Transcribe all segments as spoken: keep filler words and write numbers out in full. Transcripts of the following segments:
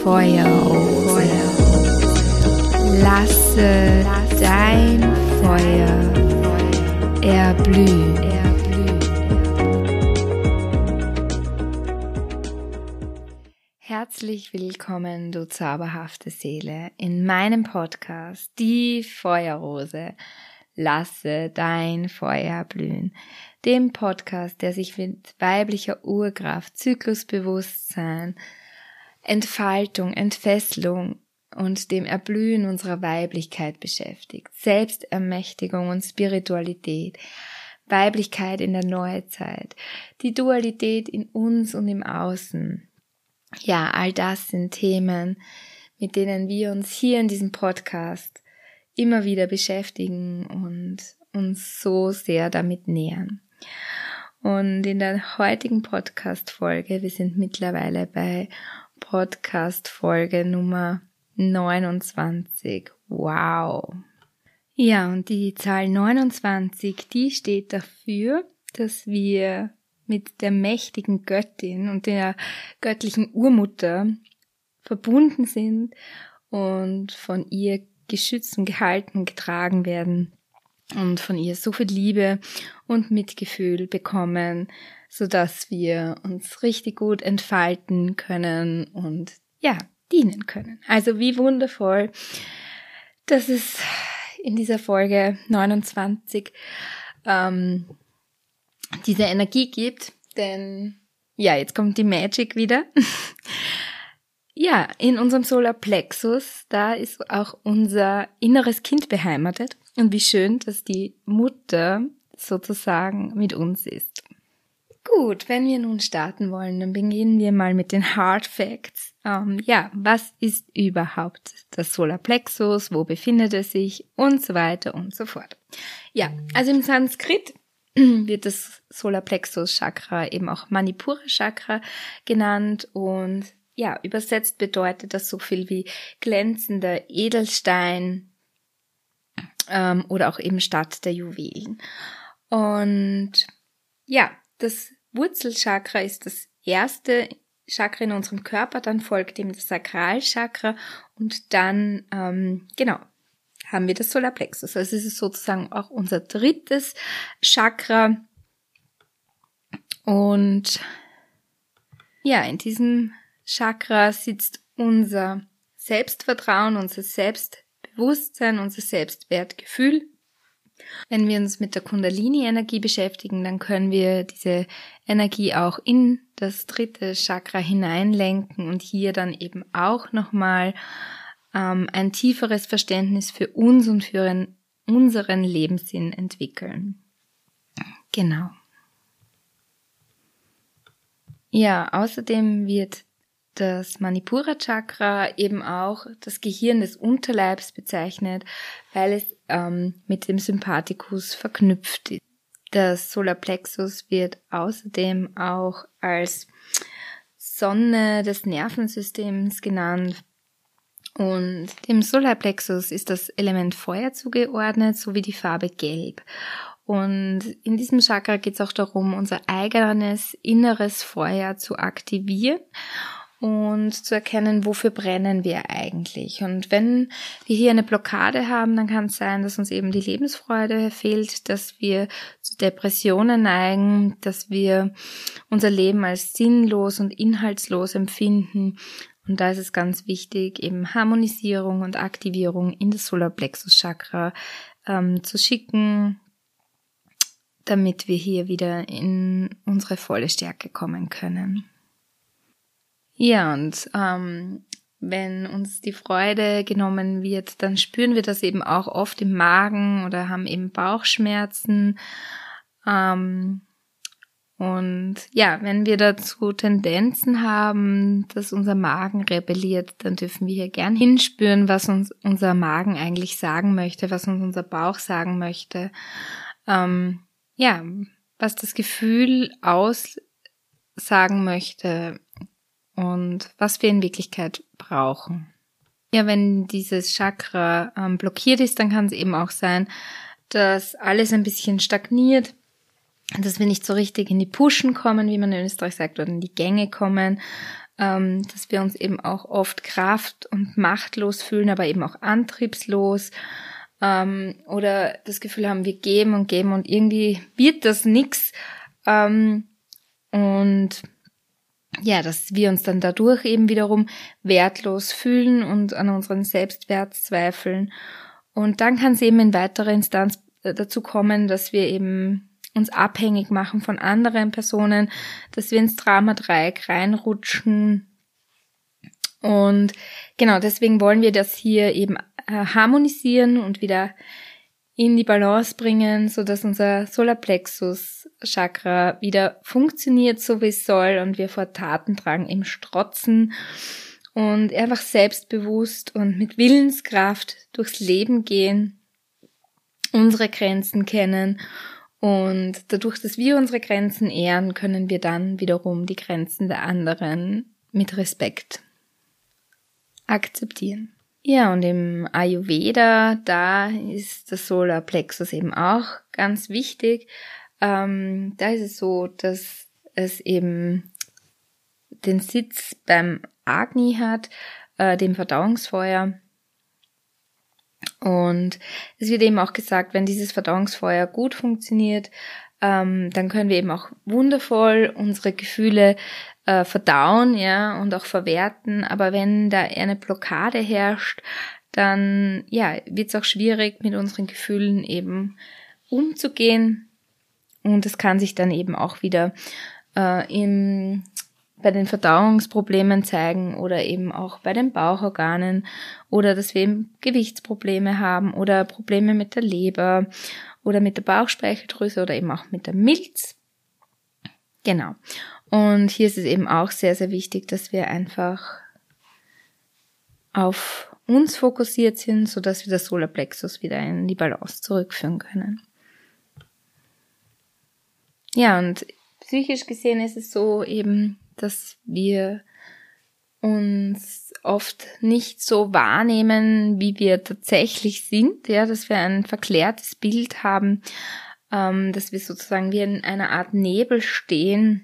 Feuerrose. Lasse dein Feuer erblühen. Herzlich willkommen, du zauberhafte Seele, in meinem Podcast Die Feuerrose. Lasse dein Feuer blühen. Dem Podcast, der sich mit weiblicher Urkraft, Zyklusbewusstsein, Entfaltung, Entfesselung und dem Erblühen unserer Weiblichkeit beschäftigt. Selbstermächtigung und Spiritualität, Weiblichkeit in der Neuzeit, die Dualität in uns und im Außen. Ja, all das sind Themen, mit denen wir uns hier in diesem Podcast immer wieder beschäftigen und uns so sehr damit nähern. Und in der heutigen Podcast-Folge, wir sind mittlerweile bei Podcast-Folge Nummer neunundzwanzig. Wow! Ja, und die Zahl neunundzwanzig, die steht dafür, dass wir mit der mächtigen Göttin und der göttlichen Urmutter verbunden sind und von ihr geschützt und gehalten und getragen werden und von ihr so viel Liebe und Mitgefühl bekommen, sodass wir uns richtig gut entfalten können und ja, dienen können. Also wie wundervoll, dass es in dieser Folge neunundzwanzig ähm, diese Energie gibt, denn ja, jetzt kommt die Magic wieder. Ja, in unserem Solarplexus, da ist auch unser inneres Kind beheimatet. Und wie schön, dass die Mutter sozusagen mit uns ist. Gut, wenn wir nun starten wollen, dann beginnen wir mal mit den Hard Facts. Ähm, ja, was ist überhaupt das Solarplexus? Wo befindet es sich? Und so weiter und so fort. Ja, also im Sanskrit wird das Solarplexus-Chakra eben auch Manipura-Chakra genannt und ja, übersetzt bedeutet das so viel wie glänzender Edelstein ähm, oder auch eben Stadt der Juwelen. Und ja, das Wurzelchakra ist das erste Chakra in unserem Körper, dann folgt eben das Sakralchakra und dann, ähm, genau, haben wir das Solarplexus. Also es ist sozusagen auch unser drittes Chakra und ja, in diesem Chakra sitzt unser Selbstvertrauen, unser Selbstbewusstsein, unser Selbstwertgefühl. Wenn wir uns mit der Kundalini-Energie beschäftigen, dann können wir diese Energie auch in das dritte Chakra hineinlenken und hier dann eben auch nochmal ähm, ein tieferes Verständnis für uns und für unseren Lebenssinn entwickeln. Genau. Ja, außerdem wird das Manipura-Chakra eben auch das Gehirn des Unterleibs bezeichnet, weil es ähm, mit dem Sympathikus verknüpft ist. Das Solarplexus wird außerdem auch als Sonne des Nervensystems genannt und dem Solarplexus ist das Element Feuer zugeordnet, sowie die Farbe Gelb. Und in diesem Chakra geht es auch darum, unser eigenes inneres Feuer zu aktivieren und zu erkennen, wofür brennen wir eigentlich. Und wenn wir hier eine Blockade haben, dann kann es sein, dass uns eben die Lebensfreude fehlt, dass wir zu Depressionen neigen, dass wir unser Leben als sinnlos und inhaltslos empfinden. Und da ist es ganz wichtig, eben Harmonisierung und Aktivierung in das Solarplexus-Chakra ähm, zu schicken, damit wir hier wieder in unsere volle Stärke kommen können. Ja, und ähm, wenn uns die Freude genommen wird, dann spüren wir das eben auch oft im Magen oder haben eben Bauchschmerzen. Ähm, und ja, wenn wir dazu Tendenzen haben, dass unser Magen rebelliert, dann dürfen wir hier gern hinspüren, was uns unser Magen eigentlich sagen möchte, was uns unser Bauch sagen möchte. Ähm, ja, was das Gefühl aussagen möchte und was wir in Wirklichkeit brauchen. Ja, wenn dieses Chakra ähm, blockiert ist, dann kann es eben auch sein, dass alles ein bisschen stagniert, dass wir nicht so richtig in die Pushen kommen, wie man in Österreich sagt, oder in die Gänge kommen, ähm, dass wir uns eben auch oft kraft- und machtlos fühlen, aber eben auch antriebslos, ähm, oder das Gefühl haben, wir geben und geben und irgendwie wird das nix, ähm, und ja, dass wir uns dann dadurch eben wiederum wertlos fühlen und an unseren Selbstwert zweifeln. Und dann kann es eben in weiterer Instanz dazu kommen, dass wir eben uns abhängig machen von anderen Personen, dass wir ins Dramadreieck reinrutschen. Und genau, deswegen wollen wir das hier eben äh, harmonisieren und wieder in die Balance bringen, so dass unser Solarplexus-Chakra wieder funktioniert, so wie es soll, und wir vor Tatendrang eben strotzen und einfach selbstbewusst und mit Willenskraft durchs Leben gehen, unsere Grenzen kennen, und dadurch, dass wir unsere Grenzen ehren, können wir dann wiederum die Grenzen der anderen mit Respekt akzeptieren. Ja, und im Ayurveda, da ist das Solarplexus eben auch ganz wichtig. Ähm, da ist es so, dass es eben den Sitz beim Agni hat, äh, dem Verdauungsfeuer. Und es wird eben auch gesagt, wenn dieses Verdauungsfeuer gut funktioniert, ähm, dann können wir eben auch wundervoll unsere Gefühle äh, verdauen, ja, und auch verwerten. Aber wenn da eine Blockade herrscht, dann ja, wird es auch schwierig, mit unseren Gefühlen eben umzugehen. Und es kann sich dann eben auch wieder äh, im bei den Verdauungsproblemen zeigen oder eben auch bei den Bauchorganen, oder dass wir eben Gewichtsprobleme haben oder Probleme mit der Leber oder mit der Bauchspeicheldrüse oder eben auch mit der Milz. Genau. Und hier ist es eben auch sehr, sehr wichtig, dass wir einfach auf uns fokussiert sind, sodass wir das Solarplexus wieder in die Balance zurückführen können. Ja, und psychisch gesehen ist es so eben, dass wir uns oft nicht so wahrnehmen, wie wir tatsächlich sind, ja, dass wir ein verklärtes Bild haben, ähm, dass wir sozusagen wie in einer Art Nebel stehen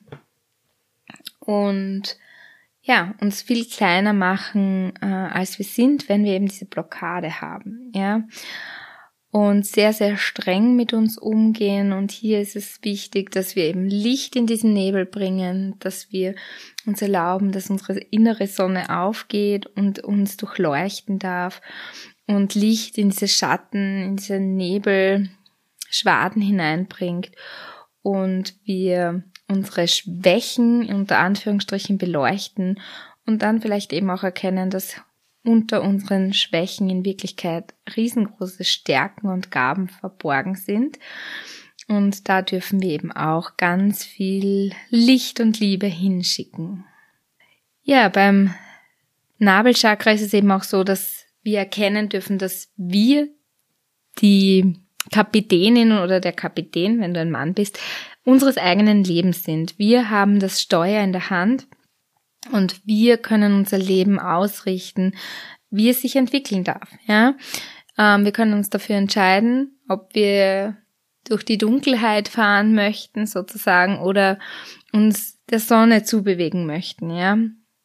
und ja, uns viel kleiner machen, äh, als wir sind, wenn wir eben diese Blockade haben, ja. Und sehr, sehr streng mit uns umgehen. Und hier ist es wichtig, dass wir eben Licht in diesen Nebel bringen, dass wir uns erlauben, dass unsere innere Sonne aufgeht und uns durchleuchten darf und Licht in diese Schatten, in diese Nebelschwaden hineinbringt und wir unsere Schwächen unter Anführungsstrichen beleuchten und dann vielleicht eben auch erkennen, dass unter unseren Schwächen in Wirklichkeit riesengroße Stärken und Gaben verborgen sind. Und da dürfen wir eben auch ganz viel Licht und Liebe hinschicken. Ja, beim Nabelchakra ist es eben auch so, dass wir erkennen dürfen, dass wir die Kapitänin oder der Kapitän, wenn du ein Mann bist, unseres eigenen Lebens sind. Wir haben das Steuer in der Hand. Und wir können unser Leben ausrichten, wie es sich entwickeln darf. Ja, ähm, wir können uns dafür entscheiden, ob wir durch die Dunkelheit fahren möchten, sozusagen, oder uns der Sonne zubewegen möchten. Ja,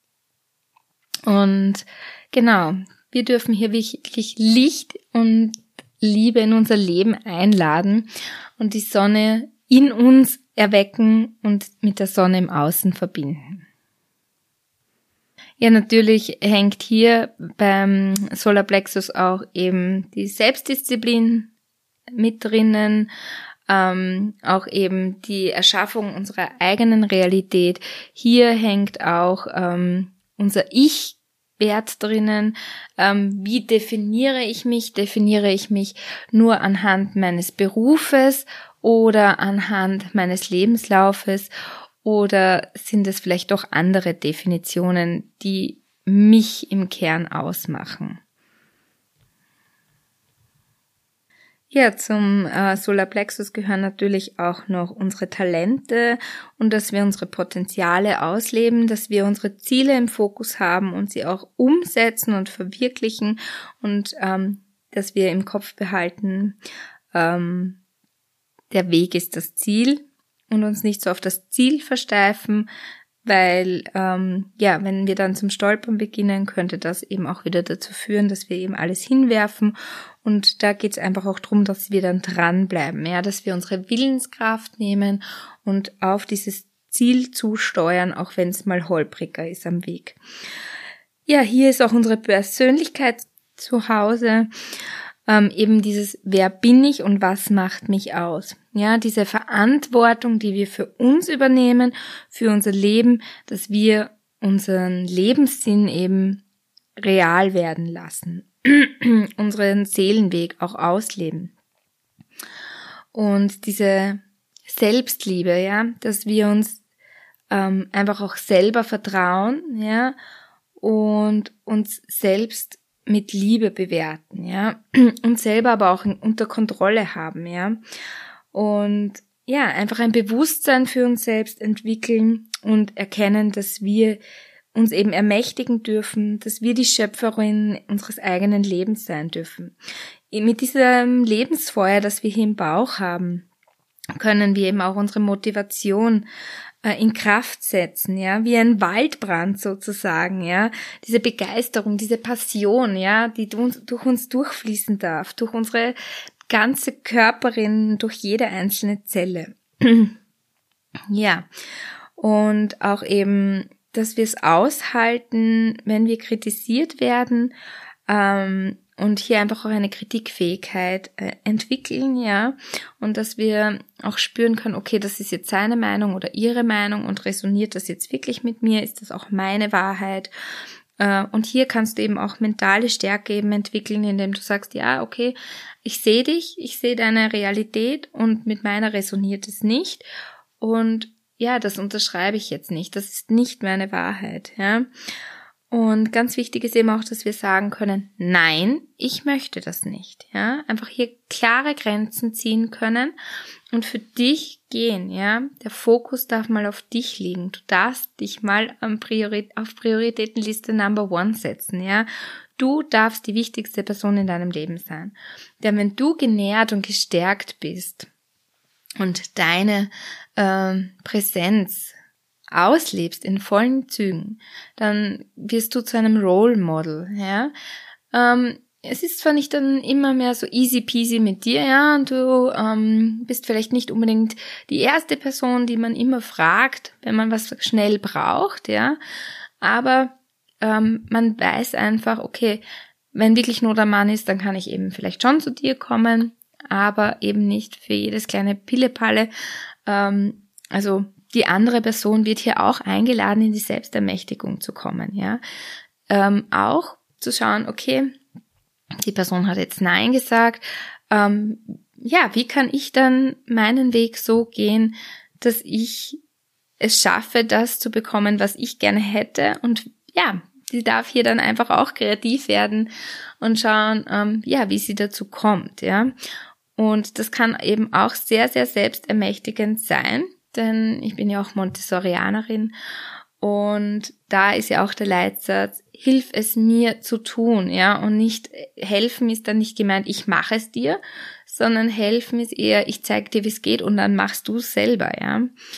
und genau, wir dürfen hier wirklich Licht und Liebe in unser Leben einladen und die Sonne in uns erwecken und mit der Sonne im Außen verbinden. Ja, natürlich hängt hier beim Solarplexus auch eben die Selbstdisziplin mit drinnen, ähm, auch eben die Erschaffung unserer eigenen Realität. Hier hängt auch ähm, unser Ich-Wert drinnen. Ähm, wie definiere ich mich? Definiere ich mich nur anhand meines Berufes oder anhand meines Lebenslaufes? Oder sind es vielleicht doch andere Definitionen, die mich im Kern ausmachen? Ja, zum äh, Solarplexus gehören natürlich auch noch unsere Talente und dass wir unsere Potenziale ausleben, dass wir unsere Ziele im Fokus haben und sie auch umsetzen und verwirklichen und ähm, dass wir im Kopf behalten, ähm, der Weg ist das Ziel. Und uns nicht so auf das Ziel versteifen, weil ähm, ja, wenn wir dann zum Stolpern beginnen, könnte das eben auch wieder dazu führen, dass wir eben alles hinwerfen. Und da geht es einfach auch darum, dass wir dann dranbleiben, ja, dass wir unsere Willenskraft nehmen und auf dieses Ziel zusteuern, auch wenn es mal holpriger ist am Weg. Ja, hier ist auch unsere Persönlichkeit zu Hause. Ähm, eben dieses, wer bin ich und was macht mich aus? Ja, diese Verantwortung, die wir für uns übernehmen, für unser Leben, dass wir unseren Lebenssinn eben real werden lassen, unseren Seelenweg auch ausleben. Und diese Selbstliebe, ja, dass wir uns ähm, einfach auch selber vertrauen, ja, und uns selbst mit Liebe bewerten, ja, und selber aber auch unter Kontrolle haben, ja, und ja, einfach ein Bewusstsein für uns selbst entwickeln und erkennen, dass wir uns eben ermächtigen dürfen, dass wir die Schöpferin unseres eigenen Lebens sein dürfen. Mit diesem Lebensfeuer, das wir hier im Bauch haben, können wir eben auch unsere Motivation in Kraft setzen, ja, wie ein Waldbrand sozusagen, ja, diese Begeisterung, diese Passion, ja, die durch uns durchfließen darf, durch unsere ganze Körperin, durch jede einzelne Zelle. Ja, und auch eben, dass wir es aushalten, wenn wir kritisiert werden, ähm, und hier einfach auch eine Kritikfähigkeit äh, entwickeln, ja, und dass wir auch spüren können, okay, das ist jetzt seine Meinung oder ihre Meinung und resoniert das jetzt wirklich mit mir, ist das auch meine Wahrheit? Äh, und hier kannst du eben auch mentale Stärke eben entwickeln, indem du sagst, ja, okay, ich sehe dich, ich sehe deine Realität und mit meiner resoniert es nicht und ja, das unterschreibe ich jetzt nicht, das ist nicht meine Wahrheit, ja. Und ganz wichtig ist eben auch, dass wir sagen können, nein, ich möchte das nicht, ja. Einfach hier klare Grenzen ziehen können und für dich gehen, ja. Der Fokus darf mal auf dich liegen. Du darfst dich mal am Priori- auf Prioritätenliste Number One setzen, ja. Du darfst die wichtigste Person in deinem Leben sein. Denn wenn du genährt und gestärkt bist und deine äh, Präsenz auslebst in vollen Zügen, dann wirst du zu einem Role Model, ja. Ähm, es ist zwar nicht dann immer mehr so easy peasy mit dir, ja, und du ähm, bist vielleicht nicht unbedingt die erste Person, die man immer fragt, wenn man was schnell braucht, ja, aber ähm, man weiß einfach, okay, wenn wirklich Not am Mann ist, dann kann ich eben vielleicht schon zu dir kommen, aber eben nicht für jedes kleine Pillepalle, ähm, also die andere Person wird hier auch eingeladen, in die Selbstermächtigung zu kommen, ja. Ähm, auch zu schauen, okay, die Person hat jetzt Nein gesagt, ähm, ja, wie kann ich dann meinen Weg so gehen, dass ich es schaffe, das zu bekommen, was ich gerne hätte und ja, sie darf hier dann einfach auch kreativ werden und schauen, ähm, ja, wie sie dazu kommt, ja. Und das kann eben auch sehr, sehr selbstermächtigend sein, denn ich bin ja auch Montessorianerin und da ist ja auch der Leitsatz, hilf es mir zu tun, ja, und nicht, helfen ist dann nicht gemeint, ich mache es dir, sondern helfen ist eher, ich zeige dir, wie es geht und dann machst du es selber, ja.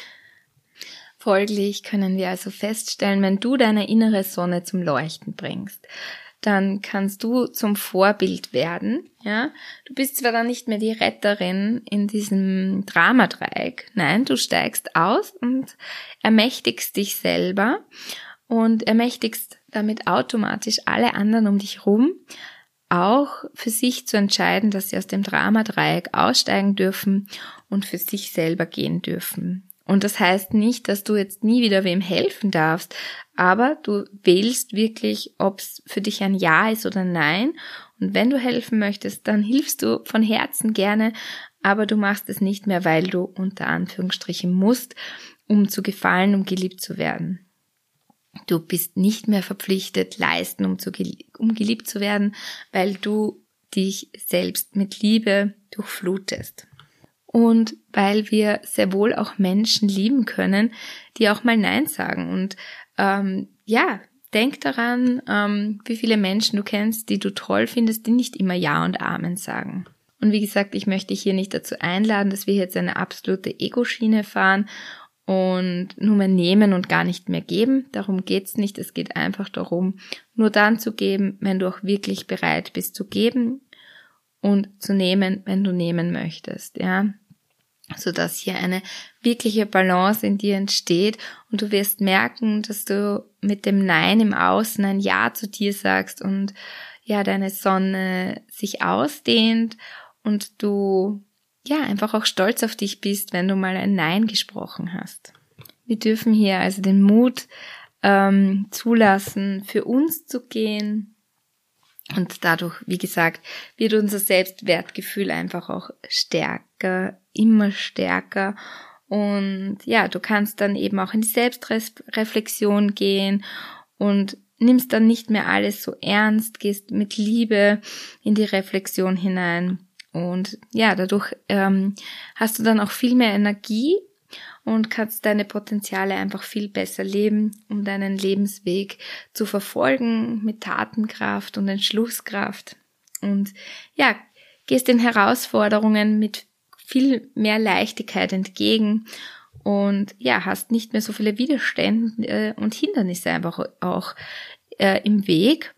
Folglich können wir also feststellen, wenn du deine innere Sonne zum Leuchten bringst, dann kannst du zum Vorbild werden, ja. Du bist zwar dann nicht mehr die Retterin in diesem Dramadreieck, nein, du steigst aus und ermächtigst dich selber und ermächtigst damit automatisch alle anderen um dich rum, auch für sich zu entscheiden, dass sie aus dem Dramadreieck aussteigen dürfen und für sich selber gehen dürfen. Und das heißt nicht, dass du jetzt nie wieder wem helfen darfst, aber du wählst wirklich, ob es für dich ein Ja ist oder Nein. Und wenn du helfen möchtest, dann hilfst du von Herzen gerne, aber du machst es nicht mehr, weil du unter Anführungsstrichen musst, um zu gefallen, um geliebt zu werden. Du bist nicht mehr verpflichtet, leisten, um, zu gel- um geliebt zu werden, weil du dich selbst mit Liebe durchflutest. Und weil wir sehr wohl auch Menschen lieben können, die auch mal Nein sagen. Und ähm, ja, denk daran, ähm, wie viele Menschen du kennst, die du toll findest, die nicht immer Ja und Amen sagen. Und wie gesagt, ich möchte dich hier nicht dazu einladen, dass wir jetzt eine absolute Ego-Schiene fahren und nur mehr nehmen und gar nicht mehr geben. Darum geht's nicht. Es geht einfach darum, nur dann zu geben, wenn du auch wirklich bereit bist zu geben und zu nehmen, wenn du nehmen möchtest, ja. Sodass hier eine wirkliche Balance in dir entsteht und du wirst merken, dass du mit dem Nein im Außen ein Ja zu dir sagst und ja, deine Sonne sich ausdehnt und du ja einfach auch stolz auf dich bist, wenn du mal ein Nein gesprochen hast. Wir dürfen hier also den Mut ähm, zulassen, für uns zu gehen. Und dadurch, wie gesagt, wird unser Selbstwertgefühl einfach auch stärker, immer stärker. Und ja, du kannst dann eben auch in die Selbstreflexion gehen und nimmst dann nicht mehr alles so ernst, gehst mit Liebe in die Reflexion hinein. Und ja, dadurch ähm, hast du dann auch viel mehr Energie und kannst deine Potenziale einfach viel besser leben, um deinen Lebensweg zu verfolgen mit Tatenkraft und Entschlusskraft. Und ja, gehst den Herausforderungen mit viel mehr Leichtigkeit entgegen und ja, hast nicht mehr so viele Widerstände äh, und Hindernisse einfach auch äh, im Weg.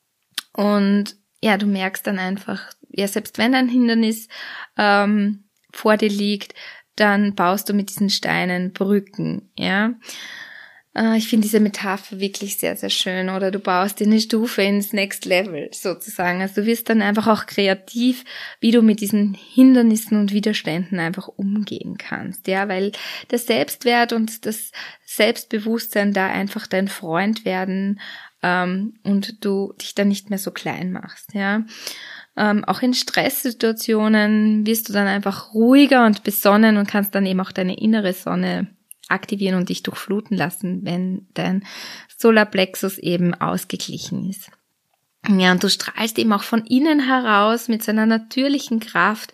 Und ja, du merkst dann einfach, ja, selbst wenn ein Hindernis ähm, vor dir liegt, dann baust du mit diesen Steinen Brücken, ja. Äh, ich finde diese Metapher wirklich sehr, sehr schön. Oder du baust dir eine Stufe ins Next Level sozusagen. Also du wirst dann einfach auch kreativ, wie du mit diesen Hindernissen und Widerständen einfach umgehen kannst, ja, weil der Selbstwert und das Selbstbewusstsein da einfach dein Freund werden ähm, und du dich dann nicht mehr so klein machst, ja. Ähm, auch in Stresssituationen wirst du dann einfach ruhiger und besonnen und kannst dann eben auch deine innere Sonne aktivieren und dich durchfluten lassen, wenn dein Solarplexus eben ausgeglichen ist. Ja, und du strahlst eben auch von innen heraus mit so einer natürlichen Kraft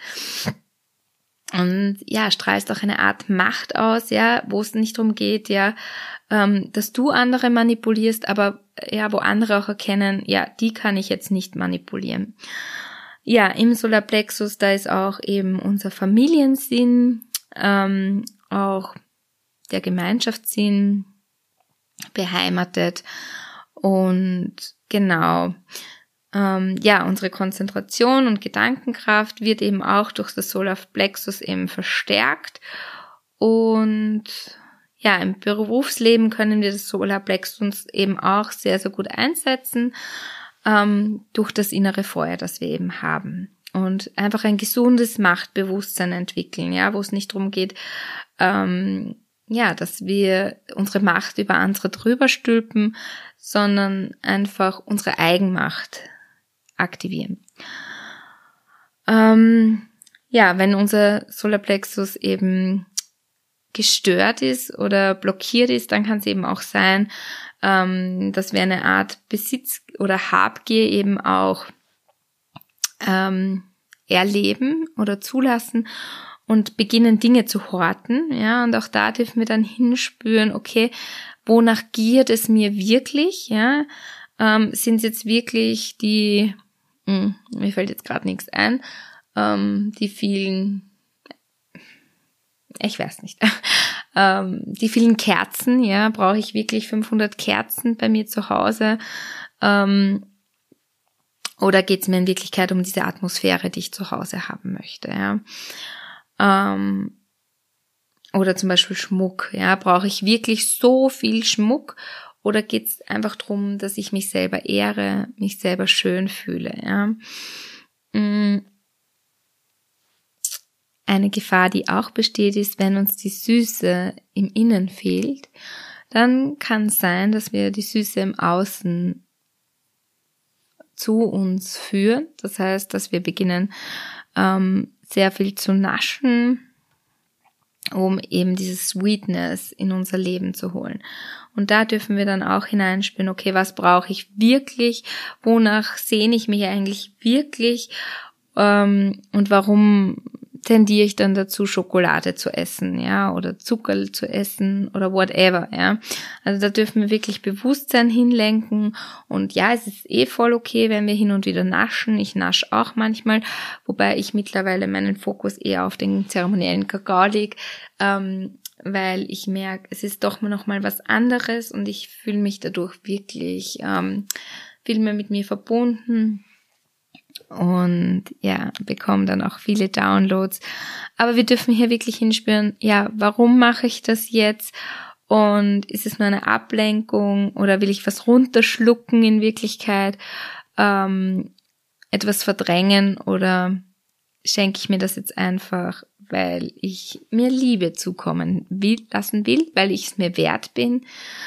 und ja, strahlst auch eine Art Macht aus, ja, wo es nicht darum geht, ja, ähm, dass du andere manipulierst, aber ja, wo andere auch erkennen, ja, die kann ich jetzt nicht manipulieren. Ja, im Solarplexus, da ist auch eben unser Familiensinn, ähm, auch der Gemeinschaftssinn beheimatet und genau, ähm, ja, unsere Konzentration und Gedankenkraft wird eben auch durch das Solarplexus eben verstärkt und ja, im Berufsleben können wir das Solarplexus eben auch sehr, sehr gut einsetzen, ähm, durch das innere Feuer, das wir eben haben. Und einfach ein gesundes Machtbewusstsein entwickeln, ja, wo es nicht darum geht, ähm, ja, dass wir unsere Macht über andere drüber stülpen, sondern einfach unsere Eigenmacht aktivieren. Ähm, ja, wenn unser Solarplexus eben gestört ist oder blockiert ist, dann kann es eben auch sein, ähm, dass wir eine Art Besitz- oder Habgier eben auch ähm, erleben oder zulassen und beginnen Dinge zu horten, ja, und auch da dürfen wir dann hinspüren, okay, wonach giert es mir wirklich, ja, ähm, sind es jetzt wirklich die, mh, mir fällt jetzt gerade nichts ein, ähm, die vielen, ich weiß nicht, ähm, die vielen Kerzen, ja, brauche ich wirklich fünfhundert Kerzen bei mir zu Hause, ähm, oder geht es mir in Wirklichkeit um diese Atmosphäre, die ich zu Hause haben möchte, ja. Ähm, oder zum Beispiel Schmuck, ja, brauche ich wirklich so viel Schmuck oder geht es einfach darum, dass ich mich selber ehre, mich selber schön fühle, ja. Eine Gefahr, die auch besteht, ist, wenn uns die Süße im Innen fehlt, dann kann es sein, dass wir die Süße im Außen zu uns führen. Das heißt, dass wir beginnen, ähm, sehr viel zu naschen, um eben dieses Sweetness in unser Leben zu holen. Und da dürfen wir dann auch hineinspüren, okay, was brauche ich wirklich, wonach sehne ich mich eigentlich wirklich, ähm, und warum tendiere ich dann dazu, Schokolade zu essen, ja, oder Zuckerl zu essen oder whatever, ja. Also da dürfen wir wirklich Bewusstsein hinlenken und ja, es ist eh voll okay, wenn wir hin und wieder naschen. Ich nasche auch manchmal, wobei ich mittlerweile meinen Fokus eher auf den zeremoniellen Kakao lege, ähm, weil ich merke, es ist doch noch mal was anderes und ich fühle mich dadurch wirklich ähm, viel mehr mit mir verbunden. Und ja, bekommen dann auch viele Downloads. Aber wir dürfen hier wirklich hinspüren, ja, warum mache ich das jetzt? Und ist es nur eine Ablenkung oder will ich was runterschlucken in Wirklichkeit, ähm, etwas verdrängen oder schenke ich mir das jetzt einfach, weil ich mir Liebe zukommen will, lassen will, weil ich es mir wert bin.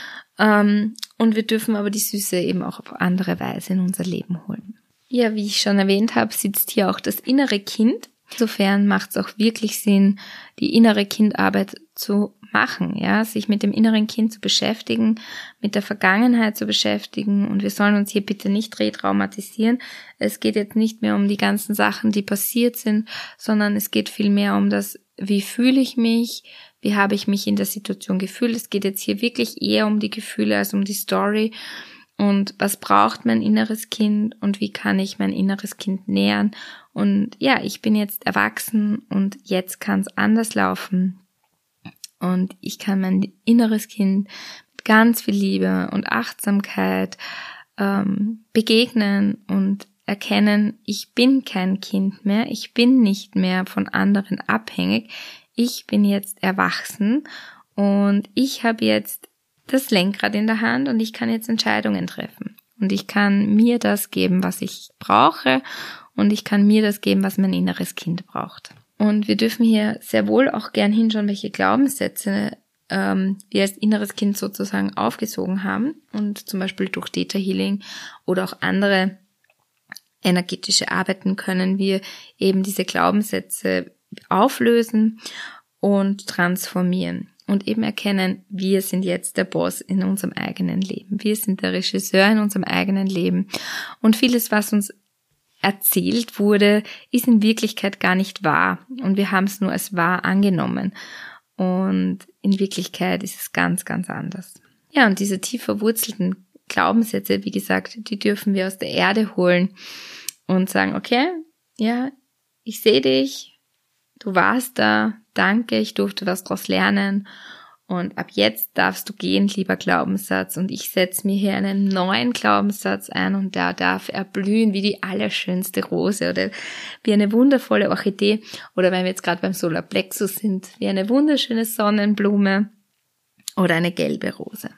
Ähm, und wir dürfen aber die Süße eben auch auf andere Weise in unser Leben holen. Ja, wie ich schon erwähnt habe, sitzt hier auch das innere Kind. Insofern macht es auch wirklich Sinn, die innere Kindarbeit zu machen, ja, sich mit dem inneren Kind zu beschäftigen, mit der Vergangenheit zu beschäftigen und wir sollen uns hier bitte nicht retraumatisieren. Es geht jetzt nicht mehr um die ganzen Sachen, die passiert sind, sondern es geht vielmehr um das, wie fühle ich mich, wie habe ich mich in der Situation gefühlt. Es geht jetzt hier wirklich eher um die Gefühle als um die Story. Und was braucht mein inneres Kind und wie kann ich mein inneres Kind nähern? Und ja, ich bin jetzt erwachsen und jetzt kann es anders laufen. Und ich kann mein inneres Kind mit ganz viel Liebe und Achtsamkeit ähm, begegnen und erkennen, ich bin kein Kind mehr, ich bin nicht mehr von anderen abhängig, ich bin jetzt erwachsen und ich habe jetzt das Lenkrad in der Hand und ich kann jetzt Entscheidungen treffen. Und ich kann mir das geben, was ich brauche und ich kann mir das geben, was mein inneres Kind braucht. Und wir dürfen hier sehr wohl auch gern hinschauen, welche Glaubenssätze ähm, wir als inneres Kind sozusagen aufgesogen haben und zum Beispiel durch Theta Healing oder auch andere energetische Arbeiten können wir eben diese Glaubenssätze auflösen und transformieren. Und eben erkennen, wir sind jetzt der Boss in unserem eigenen Leben. Wir sind der Regisseur in unserem eigenen Leben. Und vieles, was uns erzählt wurde, ist in Wirklichkeit gar nicht wahr. Und wir haben es nur als wahr angenommen. Und in Wirklichkeit ist es ganz, ganz anders. Ja, und diese tief verwurzelten Glaubenssätze, wie gesagt, die dürfen wir aus der Erde holen und sagen, okay, ja, ich sehe dich, du warst da, danke, ich durfte was daraus lernen und ab jetzt darfst du gehen, lieber Glaubenssatz, und ich setze mir hier einen neuen Glaubenssatz ein und der darf erblühen wie die allerschönste Rose oder wie eine wundervolle Orchidee oder wenn wir jetzt gerade beim Solarplexus sind, wie eine wunderschöne Sonnenblume oder eine gelbe Rose.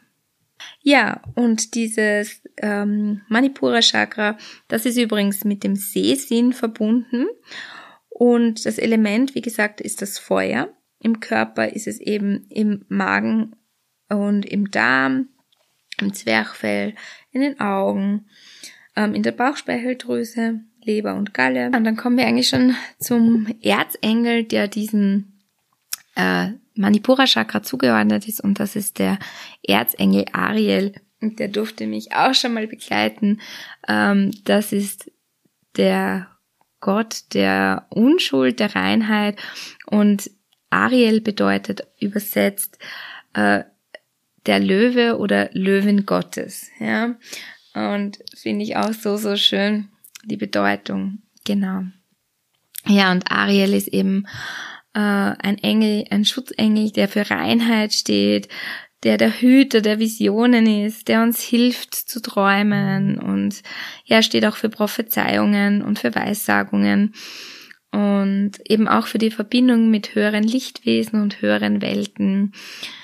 Ja, und dieses ähm, Manipura Chakra, das ist übrigens mit dem Sehsinn verbunden. Und das Element, wie gesagt, ist das Feuer. Im Körper ist es eben im Magen und im Darm, im Zwerchfell, in den Augen, ähm, in der Bauchspeicheldrüse, Leber und Galle. Und dann kommen wir eigentlich schon zum Erzengel, der diesem äh, Manipura Chakra zugeordnet ist. Und das ist der Erzengel Ariel. Und der durfte mich auch schon mal begleiten. Ähm, das ist der Gott der Unschuld, der Reinheit, und Ariel bedeutet übersetzt äh, der Löwe oder Löwin Gottes, ja, und finde ich auch so, so schön, die Bedeutung, genau. Ja, und Ariel ist eben äh, ein Engel, ein Schutzengel, der für Reinheit steht, der der Hüter der Visionen ist, der uns hilft zu träumen und ja, steht auch für Prophezeiungen und für Weissagungen und eben auch für die Verbindung mit höheren Lichtwesen und höheren Welten.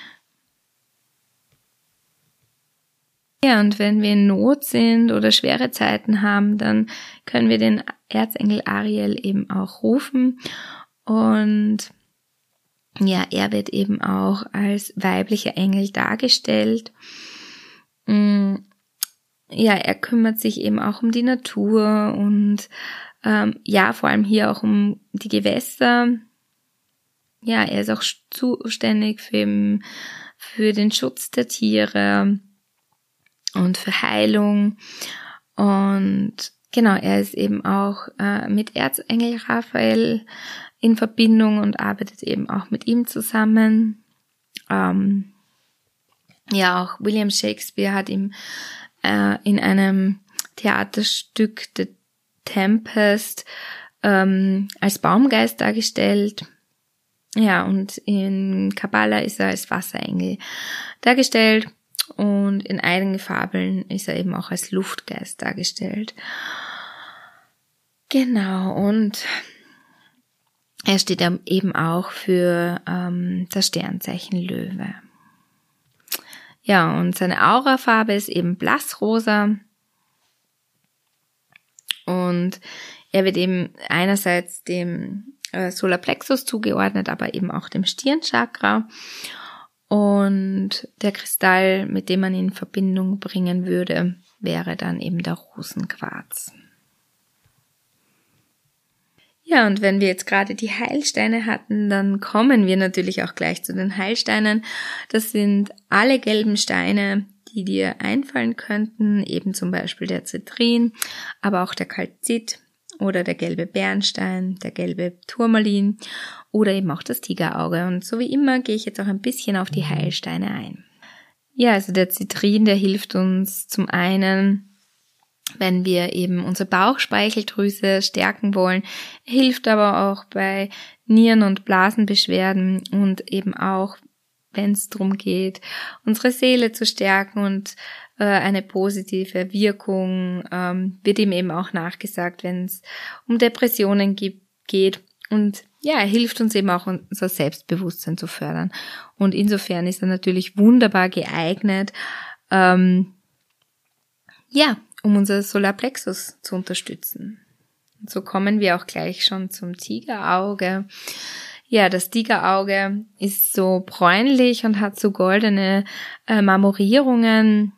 Ja, und wenn wir in Not sind oder schwere Zeiten haben, dann können wir den Erzengel Ariel eben auch rufen und ja, er wird eben auch als weiblicher Engel dargestellt. Ja, er kümmert sich eben auch um die Natur und ähm, ja, vor allem hier auch um die Gewässer. Ja, er ist auch zuständig für, für den Schutz der Tiere und für Heilung. Und genau, er ist eben auch äh, mit Erzengel Raphael in Verbindung und arbeitet eben auch mit ihm zusammen. Ähm, ja, auch William Shakespeare hat ihn äh, in einem Theaterstück The Tempest ähm, als Baumgeist dargestellt. Ja, und in Kabbala ist er als Wasserengel dargestellt und in einigen Fabeln ist er eben auch als Luftgeist dargestellt. Genau, und er steht eben auch für ähm, das Sternzeichen Löwe. Ja, und seine Aurafarbe ist eben blassrosa. Und er wird eben einerseits dem äh, Solarplexus zugeordnet, aber eben auch dem Stirnchakra. Und der Kristall, mit dem man ihn in Verbindung bringen würde, wäre dann eben der Rosenquarz. Ja, und wenn wir jetzt gerade die Heilsteine hatten, dann kommen wir natürlich auch gleich zu den Heilsteinen. Das sind alle gelben Steine, die dir einfallen könnten, eben zum Beispiel der Zitrin, aber auch der Kalzit oder der gelbe Bernstein, der gelbe Turmalin oder eben auch das Tigerauge. Und so wie immer gehe ich jetzt auch ein bisschen auf die Heilsteine ein. Ja, also der Zitrin, der hilft uns zum einen, wenn wir eben unsere Bauchspeicheldrüse stärken wollen, hilft aber auch bei Nieren- und Blasenbeschwerden und eben auch, wenn es darum geht, unsere Seele zu stärken und äh, eine positive Wirkung, ähm, wird ihm eben auch nachgesagt, wenn es um Depressionen gibt, geht. Und ja, er hilft uns eben auch, unser Selbstbewusstsein zu fördern. Und insofern ist er natürlich wunderbar geeignet, ähm, ja, um unser Solarplexus zu unterstützen. Und so kommen wir auch gleich schon zum Tigerauge. Ja, das Tigerauge ist so bräunlich und hat so goldene äh, Marmorierungen.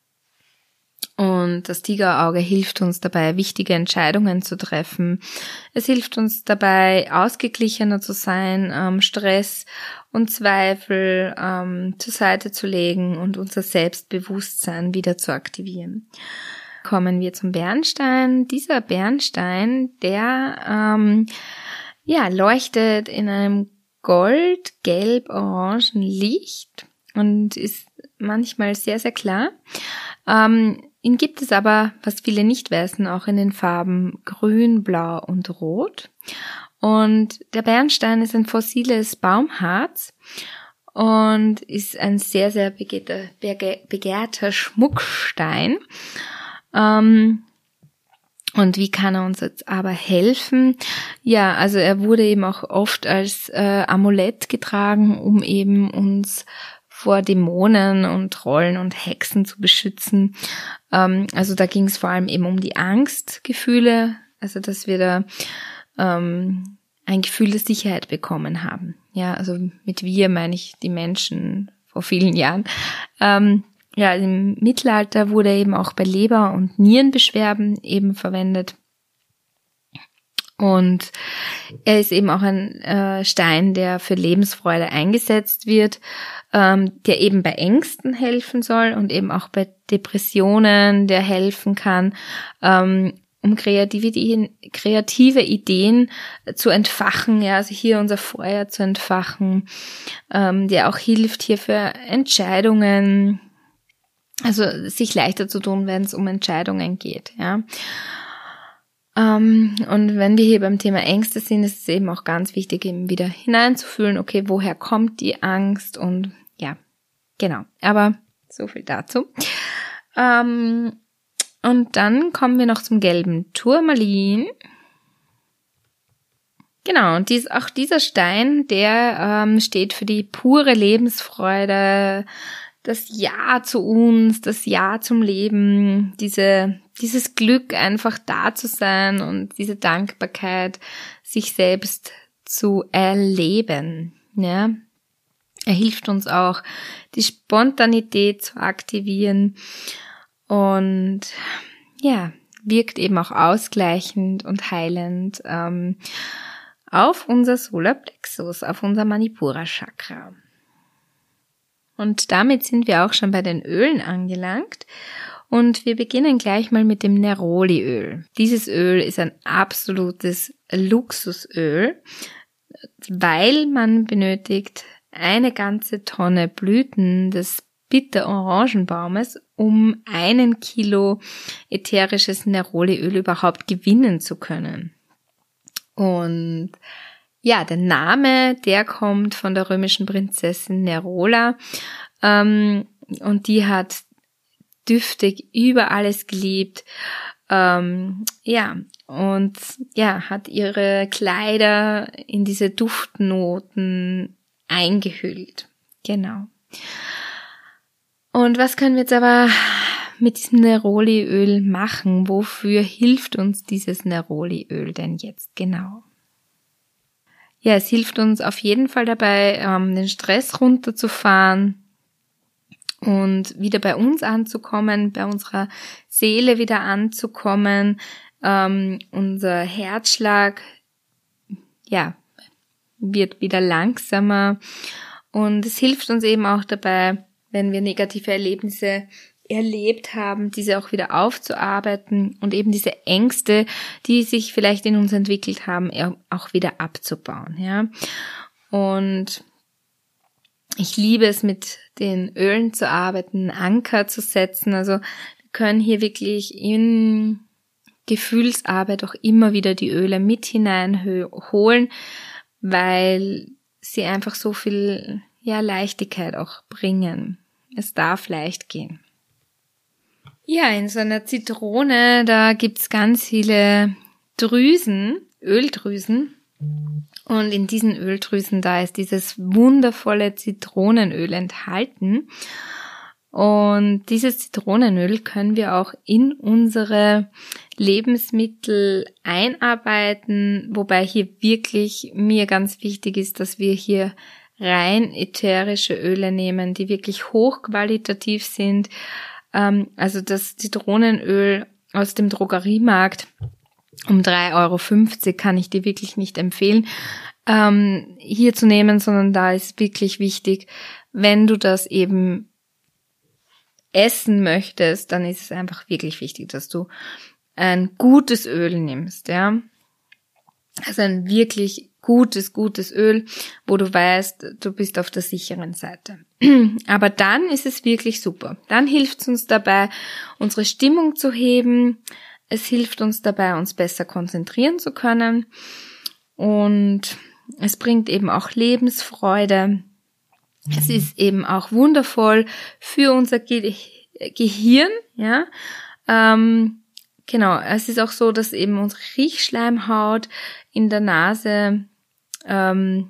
Und das Tigerauge hilft uns dabei, wichtige Entscheidungen zu treffen. Es hilft uns dabei, ausgeglichener zu sein, ähm, Stress und Zweifel ähm, zur Seite zu legen und unser Selbstbewusstsein wieder zu aktivieren. Kommen wir zum Bernstein. Dieser Bernstein, der ähm, ja leuchtet in einem gold, gelb, orangen Licht und ist manchmal sehr, sehr klar. Ähm, ihn gibt es aber, was viele nicht wissen, auch in den Farben grün, blau und rot. Und der Bernstein ist ein fossiles Baumharz und ist ein sehr, sehr begehrter, begehrter Schmuckstein. Ähm, und wie kann er uns jetzt aber helfen? Ja, also er wurde eben auch oft als äh, Amulett getragen, um eben uns vor Dämonen und Trollen und Hexen zu beschützen. Ähm, also da ging es vor allem eben um die Angstgefühle, also dass wir da ähm, ein Gefühl der Sicherheit bekommen haben. Ja, also mit wir meine ich die Menschen vor vielen Jahren. Ähm, ja, im Mittelalter wurde er eben auch bei Leber- und Nierenbeschwerden eben verwendet. Und er ist eben auch ein äh, Stein, der für Lebensfreude eingesetzt wird, ähm, der eben bei Ängsten helfen soll und eben auch bei Depressionen, der helfen kann, ähm, um kreative Ideen, kreative Ideen zu entfachen, ja, also hier unser Feuer zu entfachen, ähm, der auch hilft hier für Entscheidungen, also sich leichter zu tun, wenn es um Entscheidungen geht, ja. Um, und wenn wir hier beim Thema Ängste sind, ist es eben auch ganz wichtig, eben wieder hineinzufühlen, okay, woher kommt die Angst und ja, genau. Aber so viel dazu. Um, und dann kommen wir noch zum gelben Turmalin. Genau, und dies, auch dieser Stein, der ähm, steht für die pure Lebensfreude, das Ja zu uns, das Ja zum Leben, diese dieses Glück, einfach da zu sein und diese Dankbarkeit, sich selbst zu erleben. Ja, er hilft uns auch, die Spontanität zu aktivieren und ja, wirkt eben auch ausgleichend und heilend ähm, auf unser Solarplexus, auf unser Manipura Chakra. Und damit sind wir auch schon bei den Ölen angelangt. Und wir beginnen gleich mal mit dem Neroliöl. Dieses Öl ist ein absolutes Luxusöl, weil man benötigt eine ganze Tonne Blüten des Bitterorangenbaumes, um einen Kilo ätherisches Neroliöl überhaupt gewinnen zu können. Und ja, der Name, der kommt von der römischen Prinzessin Nerola, ähm, und die hat düftig über alles geliebt, ähm, ja, und ja, hat ihre Kleider in diese Duftnoten eingehüllt. Genau. Und was können wir jetzt aber mit diesem Neroliöl machen? Wofür hilft uns dieses Neroliöl denn jetzt genau? Ja, es hilft uns auf jeden Fall dabei, ähm, den Stress runterzufahren und wieder bei uns anzukommen, bei unserer Seele wieder anzukommen. Ähm, unser Herzschlag, ja, wird wieder langsamer, und es hilft uns eben auch dabei, wenn wir negative Erlebnisse erlebt haben, diese auch wieder aufzuarbeiten und eben diese Ängste, die sich vielleicht in uns entwickelt haben, auch wieder abzubauen, ja. Und ich liebe es, mit den Ölen zu arbeiten, Anker zu setzen. Also wir können hier wirklich in Gefühlsarbeit auch immer wieder die Öle mit hineinholen, weil sie einfach so viel, ja, Leichtigkeit auch bringen. Es darf leicht gehen. Ja, in so einer Zitrone, da gibt's ganz viele Drüsen, Öldrüsen. Und in diesen Öldrüsen, da ist dieses wundervolle Zitronenöl enthalten. Und dieses Zitronenöl können wir auch in unsere Lebensmittel einarbeiten, wobei hier wirklich mir ganz wichtig ist, dass wir hier rein ätherische Öle nehmen, die wirklich hochqualitativ sind. Also das Zitronenöl aus dem Drogeriemarkt um drei Euro fünfzig kann ich dir wirklich nicht empfehlen, ähm, hier zu nehmen, sondern da ist wirklich wichtig, wenn du das eben essen möchtest, dann ist es einfach wirklich wichtig, dass du ein gutes Öl nimmst, ja. Also ein wirklich gutes, gutes Öl, wo du weißt, du bist auf der sicheren Seite. Aber dann ist es wirklich super. Dann hilft es uns dabei, unsere Stimmung zu heben. Es hilft uns dabei, uns besser konzentrieren zu können. Und es bringt eben auch Lebensfreude. Es ist eben auch wundervoll für unser Ge- Gehirn, ja. Ähm, genau, es ist auch so, dass eben unsere Riechschleimhaut in der Nase ähm,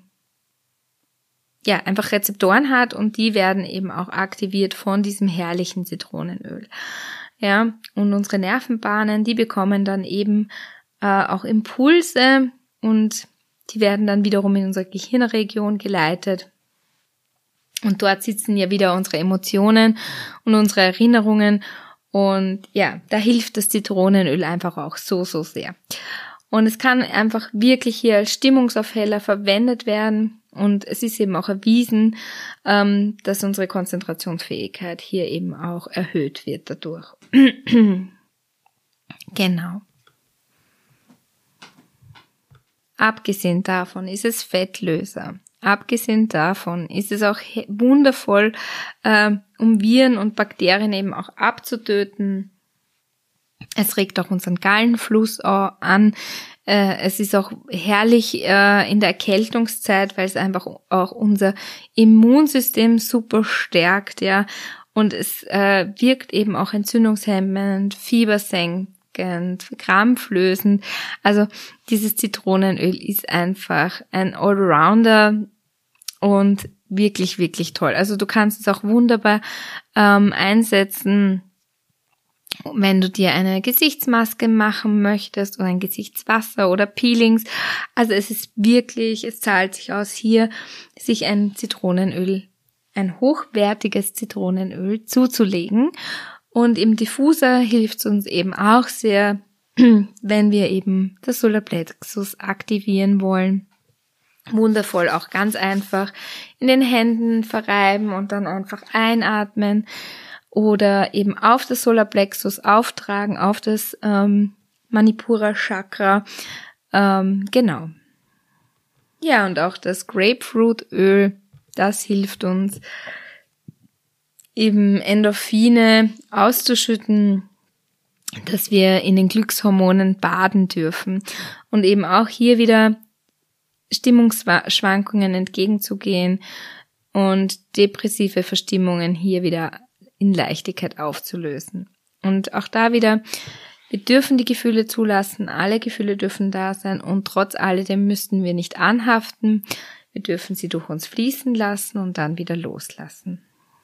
ja einfach Rezeptoren hat, und die werden eben auch aktiviert von diesem herrlichen Zitronenöl. Ja, und unsere Nervenbahnen, die bekommen dann eben äh, auch Impulse, und die werden dann wiederum in unsere Gehirnregion geleitet. Und dort sitzen ja wieder unsere Emotionen und unsere Erinnerungen. Und ja, da hilft das Zitronenöl einfach auch so, so sehr. Und es kann einfach wirklich hier als Stimmungsaufheller verwendet werden. Und es ist eben auch erwiesen, ähm, dass unsere Konzentrationsfähigkeit hier eben auch erhöht wird dadurch. Genau. Abgesehen davon ist es Fettlöser. Abgesehen davon ist es auch wundervoll, äh, um Viren und Bakterien eben auch abzutöten. Es regt auch unseren Gallenfluss an. Äh, es ist auch herrlich äh, in der Erkältungszeit, weil es einfach auch unser Immunsystem super stärkt, ja. Und es äh, wirkt eben auch entzündungshemmend, fiebersenkend, krampflösend. Also dieses Zitronenöl ist einfach ein Allrounder und wirklich, wirklich toll. Also du kannst es auch wunderbar ähm, einsetzen, wenn du dir eine Gesichtsmaske machen möchtest oder ein Gesichtswasser oder Peelings. Also es ist wirklich, es zahlt sich aus, hier sich ein Zitronenöl, ein hochwertiges Zitronenöl zuzulegen. Und im Diffuser hilft es uns eben auch sehr, wenn wir eben das Solarplexus aktivieren wollen. Wundervoll, auch ganz einfach in den Händen verreiben und dann einfach einatmen. oder eben auf das Solarplexus auftragen, auf das ähm, Manipura Chakra. Ähm, genau. Ja, und auch das Grapefruitöl, das hilft uns, eben Endorphine auszuschütten, dass wir in den Glückshormonen baden dürfen und eben auch hier wieder Stimmungsschwankungen entgegenzugehen und depressive Verstimmungen hier wieder in Leichtigkeit aufzulösen. Und auch da wieder, wir dürfen die Gefühle zulassen, alle Gefühle dürfen da sein und trotz alledem müssten wir nicht anhaften, wir dürfen sie durch uns fließen lassen und dann wieder loslassen.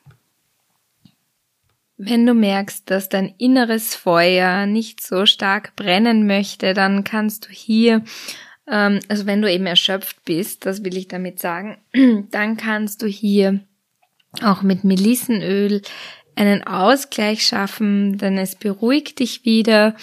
Wenn du merkst, dass dein inneres Feuer nicht so stark brennen möchte, dann kannst du hier, ähm, also wenn du eben erschöpft bist, das will ich damit sagen, dann kannst du hier auch mit Melissenöl einen Ausgleich schaffen, denn es beruhigt dich wieder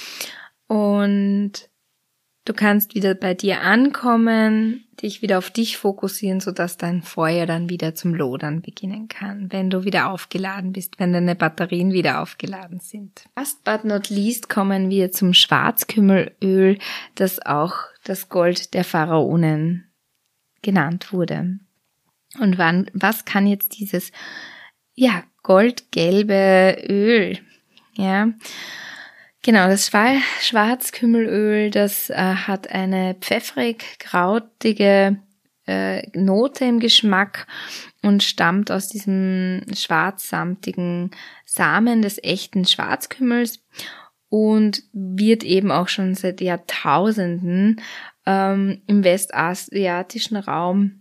und du kannst wieder bei dir ankommen, dich wieder auf dich fokussieren, sodass dein Feuer dann wieder zum Lodern beginnen kann, wenn du wieder aufgeladen bist, wenn deine Batterien wieder aufgeladen sind. Last but not least kommen wir zum Schwarzkümmelöl, das auch das Gold der Pharaonen genannt wurde. Und wann, was kann jetzt dieses, ja, goldgelbe Öl, ja, genau, das Schwarzkümmelöl, das äh, hat eine pfeffrig-krautige äh, Note im Geschmack und stammt aus diesem schwarzsamtigen Samen des echten Schwarzkümmels und wird eben auch schon seit Jahrtausenden ähm, im westasiatischen Raum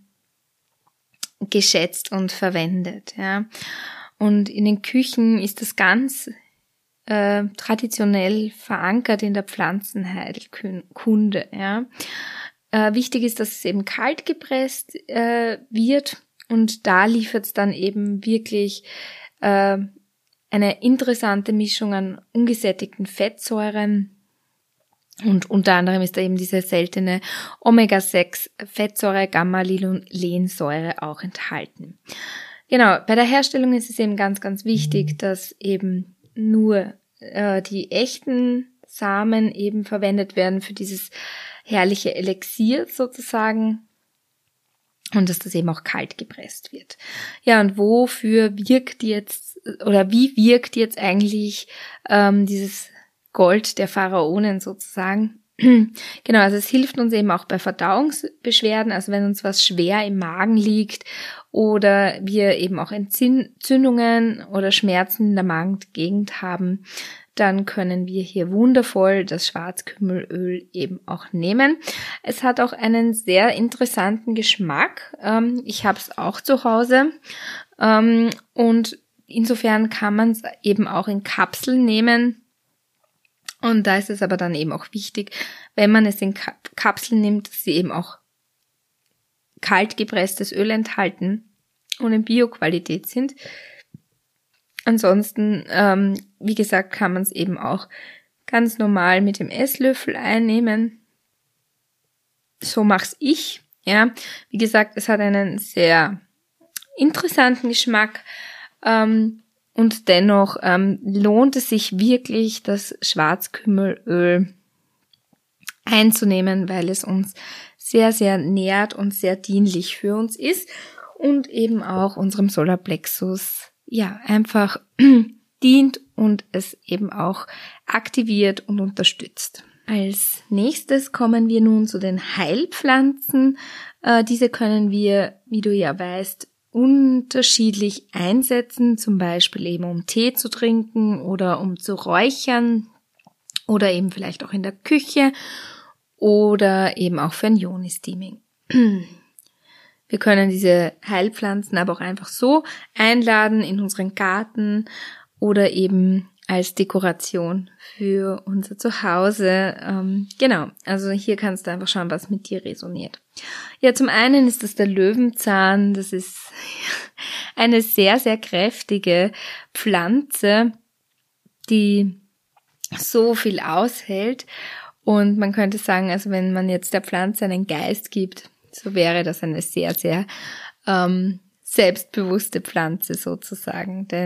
geschätzt und verwendet. Ja. Und in den Küchen ist das ganz Äh, traditionell verankert in der Pflanzenheilkunde. Ja. Äh, wichtig ist, dass es eben kalt gepresst äh, wird und da liefert es dann eben wirklich äh, eine interessante Mischung an ungesättigten Fettsäuren und unter anderem ist da eben diese seltene Omega sechs Fettsäure Gamma-Linolsäure auch enthalten. Genau, bei der Herstellung ist es eben ganz, ganz wichtig, dass eben nur äh, die echten Samen eben verwendet werden für dieses herrliche Elixier sozusagen und dass das eben auch kalt gepresst wird. Ja, und wofür wirkt jetzt oder wie wirkt jetzt eigentlich ähm, dieses Gold der Pharaonen sozusagen? Genau, also es hilft uns eben auch bei Verdauungsbeschwerden, also wenn uns was schwer im Magen liegt oder wir eben auch Entzündungen oder Schmerzen in der Magengegend haben, dann können wir hier wundervoll das Schwarzkümmelöl eben auch nehmen. Es hat auch einen sehr interessanten Geschmack. Ich habe es auch zu Hause und insofern kann man es eben auch in Kapseln nehmen. Und da ist es aber dann eben auch wichtig, wenn man es in Kapseln nimmt, dass sie eben auch kalt gepresstes Öl enthalten und in Bio-Qualität sind. Ansonsten, ähm, wie gesagt, kann man es eben auch ganz normal mit dem Esslöffel einnehmen. So mach's ich. Ja, wie gesagt, es hat einen sehr interessanten Geschmack. Ähm, Und dennoch ähm, lohnt es sich wirklich, das Schwarzkümmelöl einzunehmen, weil es uns sehr, sehr nährt und sehr dienlich für uns ist und eben auch unserem Solarplexus ja einfach dient und es eben auch aktiviert und unterstützt. Als nächstes kommen wir nun zu den Heilpflanzen. Äh, diese können wir, wie du ja weißt, unterschiedlich einsetzen, zum Beispiel eben um Tee zu trinken oder um zu räuchern oder eben vielleicht auch in der Küche oder eben auch für ein Yoni-Steaming. Wir können diese Heilpflanzen aber auch einfach so einladen in unseren Garten oder eben als Dekoration für unser Zuhause. Ähm, genau, also hier kannst du einfach schauen, was mit dir resoniert. Ja, zum einen ist das der Löwenzahn. Das ist eine sehr, sehr kräftige Pflanze, die so viel aushält. Und man könnte sagen, also wenn man jetzt der Pflanze einen Geist gibt, so wäre das eine sehr, sehr ähm, selbstbewusste Pflanze sozusagen. Denn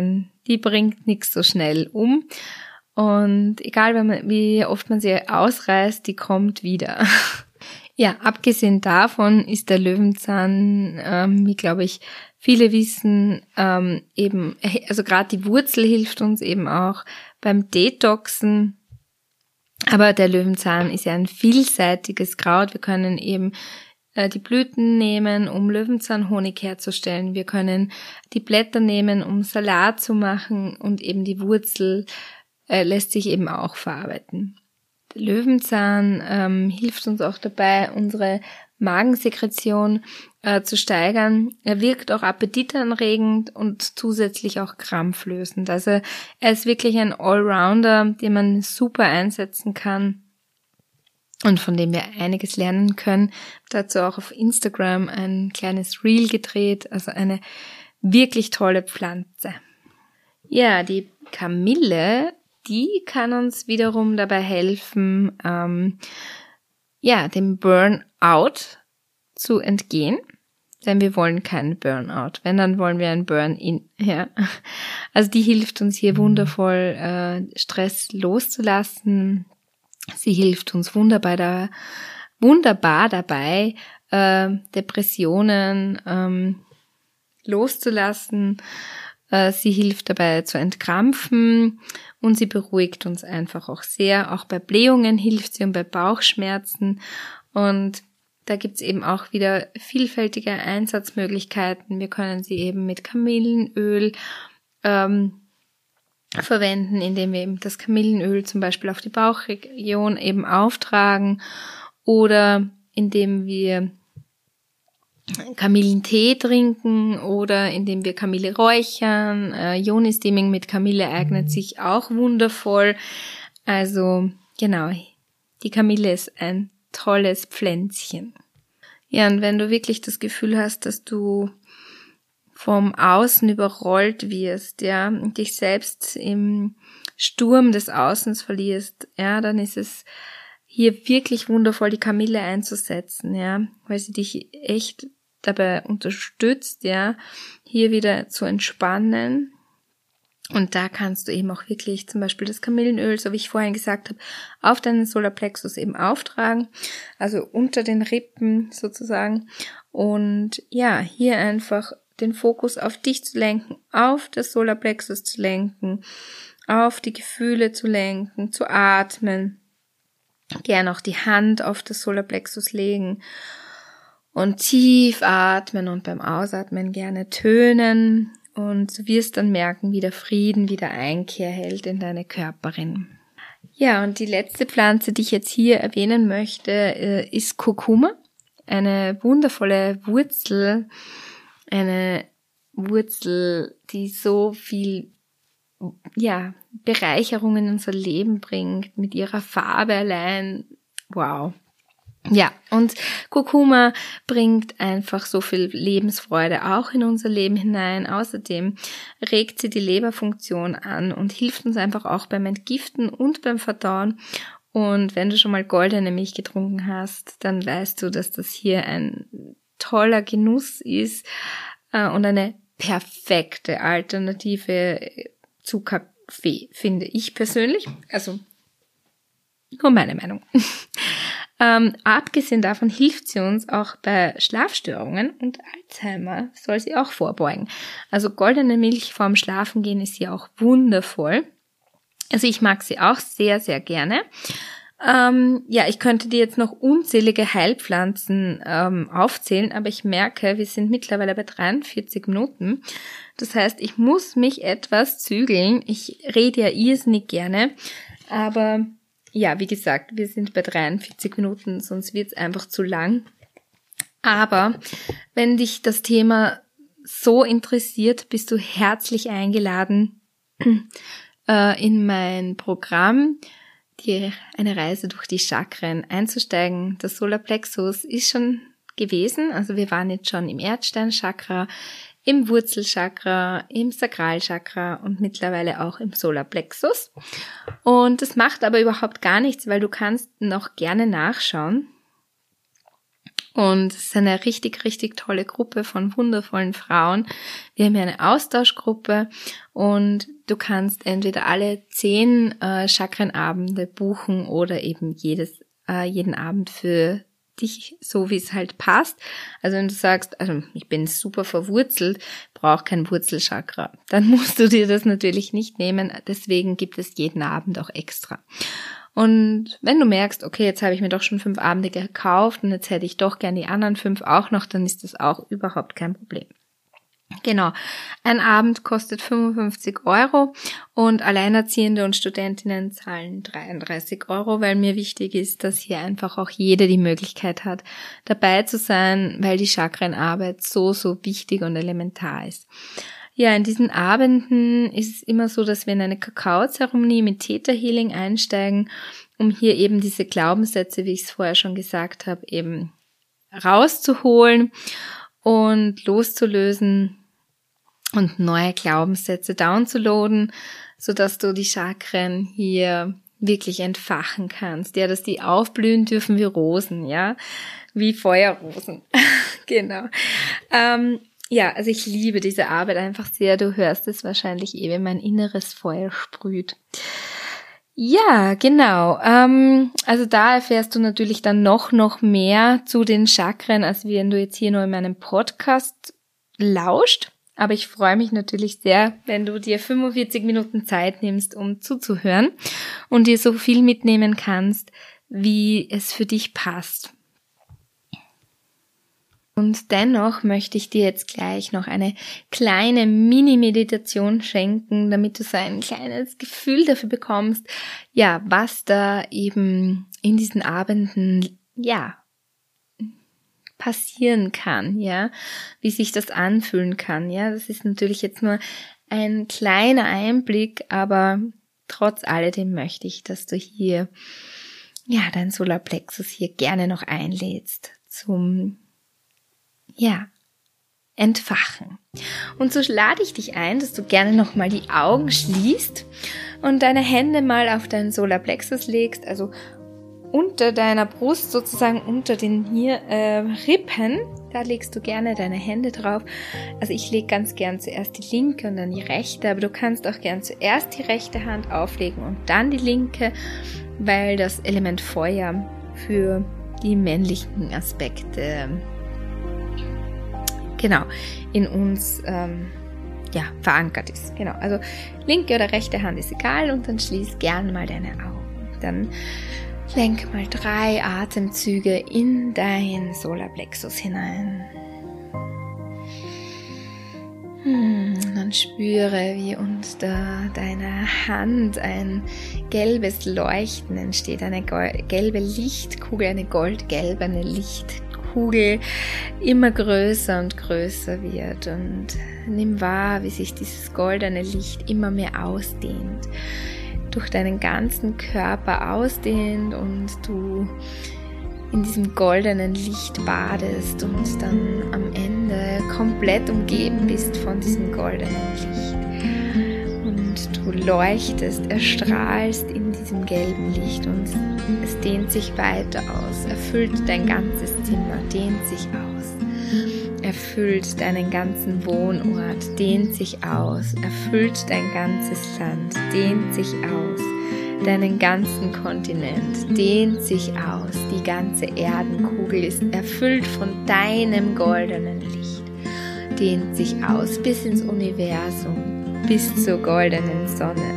die bringt nichts so schnell um. Und egal, wenn man, wie oft man sie ausreißt, die kommt wieder. Ja, abgesehen davon ist der Löwenzahn, ähm, wie glaube ich viele wissen, ähm, eben, also gerade die Wurzel hilft uns eben auch beim Detoxen. Aber der Löwenzahn ist ja ein vielseitiges Kraut. Wir können eben äh, die Blüten nehmen, um Löwenzahnhonig herzustellen. Wir können die Blätter nehmen, um Salat zu machen, und eben die Wurzel äh, lässt sich eben auch verarbeiten. Der Löwenzahn ähm, hilft uns auch dabei, unsere Magensekretion äh, zu steigern. Er wirkt auch appetitanregend und zusätzlich auch krampflösend. Also er ist wirklich ein Allrounder, den man super einsetzen kann und von dem wir einiges lernen können. Dazu auch auf Instagram ein kleines Reel gedreht, also eine wirklich tolle Pflanze. Ja, die Kamille, die kann uns wiederum dabei helfen, ähm, ja, dem Burnout zu entgehen, denn wir wollen keinen Burnout. Wenn, dann wollen wir ein Burn-in. Ja. Also die hilft uns hier wundervoll, äh, Stress loszulassen. Sie hilft uns wunderbar, da, wunderbar dabei, äh, Depressionen ähm, loszulassen. Äh, sie hilft dabei zu entkrampfen und sie beruhigt uns einfach auch sehr. Auch bei Blähungen hilft sie und bei Bauchschmerzen. Und da gibt's eben auch wieder vielfältige Einsatzmöglichkeiten. Wir können sie eben mit Kamillenöl ähm, verwenden, indem wir eben das Kamillenöl zum Beispiel auf die Bauchregion eben auftragen, oder indem wir Kamillentee trinken oder indem wir Kamille räuchern. Äh, Yoni-Steaming mit Kamille eignet sich auch wundervoll. Also genau, die Kamille ist ein tolles Pflänzchen. Ja, und wenn du wirklich das Gefühl hast, dass du vom Außen überrollt wirst, ja, und dich selbst im Sturm des Außens verlierst, ja, dann ist es hier wirklich wundervoll, die Kamille einzusetzen, ja, weil sie dich echt dabei unterstützt, ja, hier wieder zu entspannen. Und da kannst du eben auch wirklich zum Beispiel das Kamillenöl, so wie ich vorhin gesagt habe, auf deinen Solarplexus eben auftragen, also unter den Rippen sozusagen. Und ja, hier einfach den Fokus auf dich zu lenken, auf das Solarplexus zu lenken, auf die Gefühle zu lenken, zu atmen. Gerne auch die Hand auf das Solarplexus legen und tief atmen und beim Ausatmen gerne tönen, und du wirst dann merken, wie der Frieden wieder Einkehr hält in deine Körperin. Ja, und die letzte Pflanze, die ich jetzt hier erwähnen möchte, ist Kurkuma. Eine wundervolle Wurzel, eine Wurzel, die so viel ja, Bereicherung in unser Leben bringt, mit ihrer Farbe allein. Wow. Ja, und Kurkuma bringt einfach so viel Lebensfreude auch in unser Leben hinein. Außerdem regt sie die Leberfunktion an und hilft uns einfach auch beim Entgiften und beim Verdauen. Und wenn du schon mal goldene Milch getrunken hast, dann weißt du, dass das hier ein toller Genuss ist äh, und eine perfekte Alternative zu Kaffee, finde ich persönlich. Also nur meine Meinung. ähm, abgesehen davon hilft sie uns auch bei Schlafstörungen, und Alzheimer soll sie auch vorbeugen. Also goldene Milch vorm Schlafengehen ist hier auch wundervoll. Also ich mag sie auch sehr, sehr gerne. Ähm, ja, ich könnte dir jetzt noch unzählige Heilpflanzen ähm, aufzählen, aber ich merke, wir sind mittlerweile bei dreiundvierzig Minuten. Das heißt, ich muss mich etwas zügeln. Ich rede ja irrsinnig gerne, aber ja, wie gesagt, wir sind bei dreiundvierzig Minuten, sonst wird es einfach zu lang. Aber wenn dich das Thema so interessiert, bist du herzlich eingeladen äh, in mein Programm, die, eine Reise durch die Chakren einzusteigen. Das Solarplexus ist schon gewesen, also wir waren jetzt schon im Erdsteinchakra, im Wurzelchakra, im Sakralchakra und mittlerweile auch im Solarplexus. Und das macht aber überhaupt gar nichts, weil du kannst noch gerne nachschauen. Und es ist eine richtig, richtig tolle Gruppe von wundervollen Frauen. Wir haben hier eine Austauschgruppe und du kannst entweder alle zehn äh, Chakrenabende buchen oder eben jedes, äh, jeden Abend für dich, so wie es halt passt. Also wenn du sagst, also ich bin super verwurzelt, brauche kein Wurzelchakra, dann musst du dir das natürlich nicht nehmen. Deswegen gibt es jeden Abend auch extra. Und wenn du merkst, okay, jetzt habe ich mir doch schon fünf Abende gekauft und jetzt hätte ich doch gern die anderen fünf auch noch, dann ist das auch überhaupt kein Problem. Genau, ein Abend kostet fünfundfünfzig Euro und Alleinerziehende und Studentinnen zahlen dreiunddreißig Euro, weil mir wichtig ist, dass hier einfach auch jede die Möglichkeit hat, dabei zu sein, weil die Chakrenarbeit so, so wichtig und elementar ist. Ja, in diesen Abenden ist es immer so, dass wir in eine Kakaozeremonie mit Theta Healing einsteigen, um hier eben diese Glaubenssätze, wie ich es vorher schon gesagt habe, eben rauszuholen und loszulösen und neue Glaubenssätze downzuladen, sodass du die Chakren hier wirklich entfachen kannst. Ja, dass die aufblühen dürfen wie Rosen, ja, wie Feuerrosen. Genau. Ähm, Ja, also ich liebe diese Arbeit einfach sehr. Du hörst es wahrscheinlich eh, wenn mein inneres Feuer sprüht. Ja, genau. Ähm, also da erfährst du natürlich dann noch, noch mehr zu den Chakren, als wenn du jetzt hier nur in meinem Podcast lauscht. Aber ich freue mich natürlich sehr, wenn du dir fünfundvierzig Minuten Zeit nimmst, um zuzuhören und dir so viel mitnehmen kannst, wie es für dich passt. Und dennoch möchte ich dir jetzt gleich noch eine kleine Mini-Meditation schenken, damit du so ein kleines Gefühl dafür bekommst, ja, was da eben in diesen Abenden, ja, passieren kann, ja, wie sich das anfühlen kann, ja. Das ist natürlich jetzt nur ein kleiner Einblick, aber trotz alledem möchte ich, dass du hier, ja, dein Solarplexus hier gerne noch einlädst zum Ja, entfachen. Und so lade ich dich ein, dass du gerne nochmal die Augen schließt und deine Hände mal auf deinen Solarplexus legst, also unter deiner Brust, sozusagen unter den hier äh, Rippen. Da legst du gerne deine Hände drauf. Also ich lege ganz gern zuerst die linke und dann die rechte, aber du kannst auch gern zuerst die rechte Hand auflegen und dann die linke, weil das Element Feuer für die männlichen Aspekte genau, in uns ähm, ja, verankert ist. Genau, also linke oder rechte Hand ist egal und dann schließ gerne mal deine Augen. Dann lenk mal drei Atemzüge in dein Solarplexus hinein. Hm, dann spüre, wie unter deiner Hand ein gelbes Leuchten entsteht, eine gelbe Lichtkugel, eine goldgelbe Lichtkugel. Kugel immer größer und größer wird und nimm wahr, wie sich dieses goldene Licht immer mehr ausdehnt, durch deinen ganzen Körper ausdehnt und du in diesem goldenen Licht badest und dann am Ende komplett umgeben bist von diesem goldenen Licht. Und du leuchtest, erstrahlst in diesem gelben Licht und es dehnt sich weiter aus, erfüllt dein ganzes Zimmer, dehnt sich aus, erfüllt deinen ganzen Wohnort, dehnt sich aus, erfüllt dein ganzes Land, dehnt sich aus, deinen ganzen Kontinent, dehnt sich aus, die ganze Erdenkugel ist erfüllt von deinem goldenen Licht, dehnt sich aus bis ins Universum, bis zur goldenen Sonne.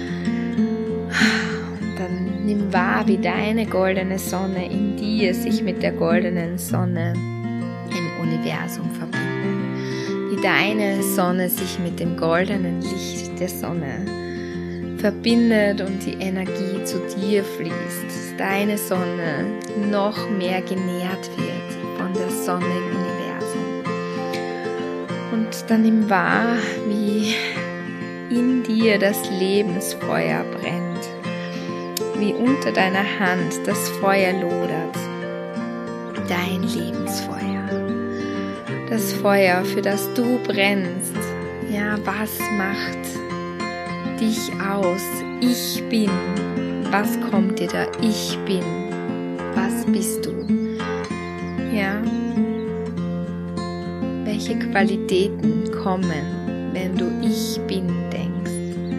Und dann nimm wahr, wie deine goldene Sonne in dir sich mit der goldenen Sonne im Universum verbindet. Wie deine Sonne sich mit dem goldenen Licht der Sonne verbindet und die Energie zu dir fließt. Dass deine Sonne noch mehr genährt wird von der Sonne im Universum. Und dann nimm wahr, wie in dir das Lebensfeuer brennt, wie unter deiner Hand das Feuer lodert, dein Lebensfeuer, das Feuer, für das du brennst. Ja, was macht dich aus? Ich bin. Was kommt dir da? Ich bin. Was bist du? ja, welche Qualitäten kommen, wenn du Ich Bin denkst.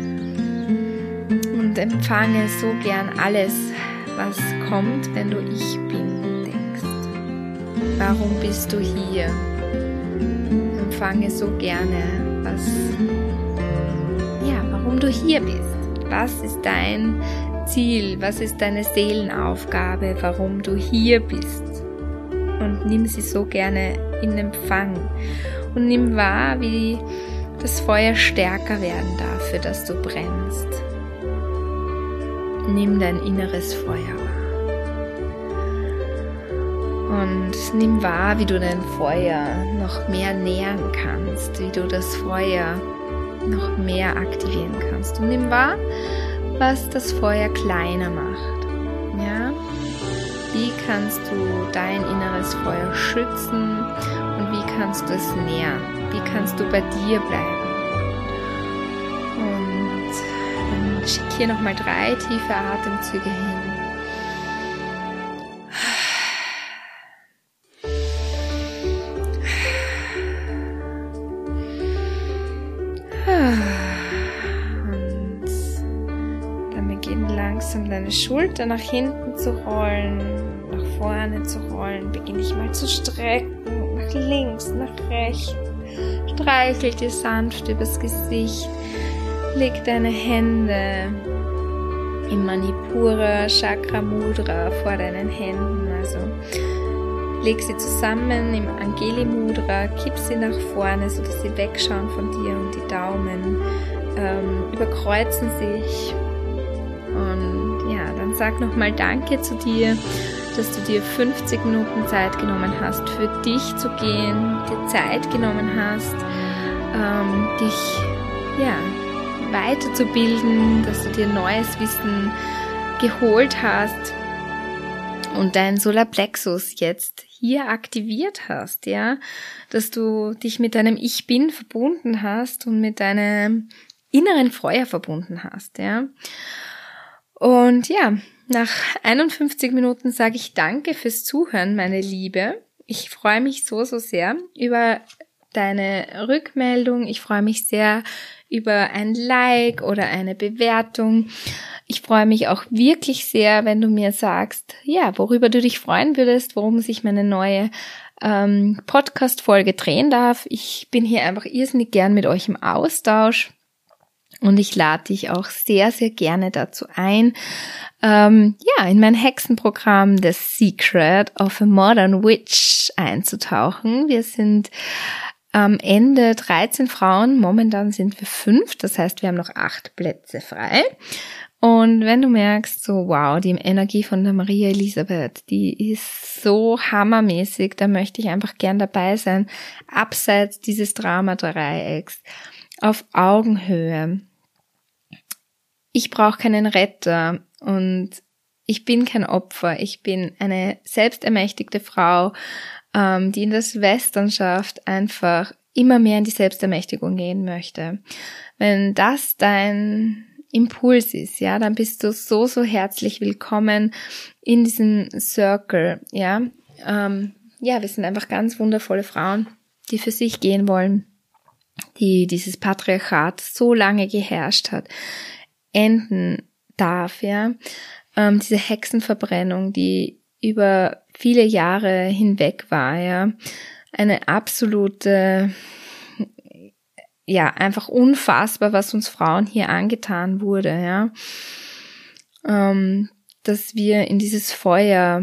Und empfange so gern alles, was kommt, wenn du Ich Bin denkst. Warum bist du hier? Empfange so gerne, was, ja, warum du hier bist. Was ist dein Ziel? Was ist deine Seelenaufgabe? Warum du hier bist? Und nimm sie so gerne in Empfang. Und nimm wahr, wie das Feuer stärker werden darf, für das du brennst. Nimm dein inneres Feuer wahr. Und nimm wahr, wie du dein Feuer noch mehr nähren kannst, wie du das Feuer noch mehr aktivieren kannst. Und nimm wahr, was das Feuer kleiner macht. Ja? Wie kannst du dein inneres Feuer schützen und wie kannst du es nähren? Wie kannst du bei dir bleiben? Und dann schick hier nochmal drei tiefe Atemzüge hin. Langsam deine Schulter nach hinten zu rollen, nach vorne zu rollen. Beginn dich mal zu strecken, nach links, nach rechts. Streichel dir sanft übers Gesicht. Leg deine Hände im Manipura Chakra Mudra vor deinen Händen. Also leg sie zusammen im Angeli Mudra, kipp sie nach vorne, sodass sie wegschauen von dir und die Daumen ähm, überkreuzen sich. Und ja, dann sag nochmal Danke zu dir, dass du dir fünfzig Minuten Zeit genommen hast, für dich zu gehen, dir Zeit genommen hast, ähm, dich ja, weiterzubilden, dass du dir neues Wissen geholt hast und dein Solarplexus jetzt hier aktiviert hast, ja, dass du dich mit deinem Ich Bin verbunden hast und mit deinem inneren Feuer verbunden hast, ja. Und ja, nach einundfünfzig Minuten sage ich Danke fürs Zuhören, meine Liebe. Ich freue mich so, so sehr über deine Rückmeldung. Ich freue mich sehr über ein Like oder eine Bewertung. Ich freue mich auch wirklich sehr, wenn du mir sagst, ja, worüber du dich freuen würdest, worum sich meine neue ähm, Podcast-Folge drehen darf. Ich bin hier einfach irrsinnig gern mit euch im Austausch. Und ich lade dich auch sehr, sehr gerne dazu ein, ähm, ja, in mein Hexenprogramm The Secret of a Modern Witch einzutauchen. Wir sind am Ende dreizehn Frauen, momentan sind wir fünf, das heißt, wir haben noch acht Plätze frei. Und wenn du merkst, so wow, die Energie von der Maria Elisabeth, die ist so hammermäßig, da möchte ich einfach gern dabei sein, abseits dieses Drama-Dreiecks, auf Augenhöhe. Ich brauche keinen Retter und ich bin kein Opfer. Ich bin eine selbstermächtigte Frau, ähm, die in das Western schafft, einfach immer mehr in die Selbstermächtigung gehen möchte. Wenn das dein Impuls ist, ja, dann bist du so, so herzlich willkommen in diesem Circle, ja. Ähm, ja, wir sind einfach ganz wundervolle Frauen, die für sich gehen wollen, die dieses Patriarchat so lange geherrscht hat, enden darf, ja. Ähm, diese Hexenverbrennung, die über viele Jahre hinweg war, ja. Eine absolute, ja, einfach unfassbar, was uns Frauen hier angetan wurde, ja. Ähm, dass wir in dieses Feuer,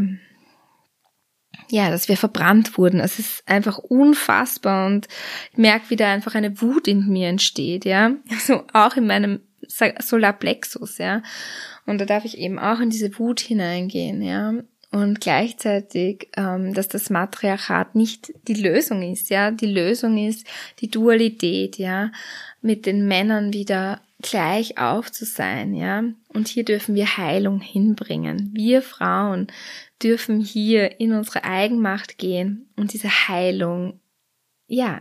ja, dass wir verbrannt wurden. Es ist einfach unfassbar und ich merke, wie da einfach eine Wut in mir entsteht, ja. Also auch in meinem Solarplexus, ja. Und da darf ich eben auch in diese Wut hineingehen, ja. Und gleichzeitig, ähm, dass das Matriarchat nicht die Lösung ist, ja. Die Lösung ist die Dualität, ja. Mit den Männern wieder gleich auf zu sein, ja. Und hier dürfen wir Heilung hinbringen. Wir Frauen dürfen hier in unsere Eigenmacht gehen und diese Heilung, ja,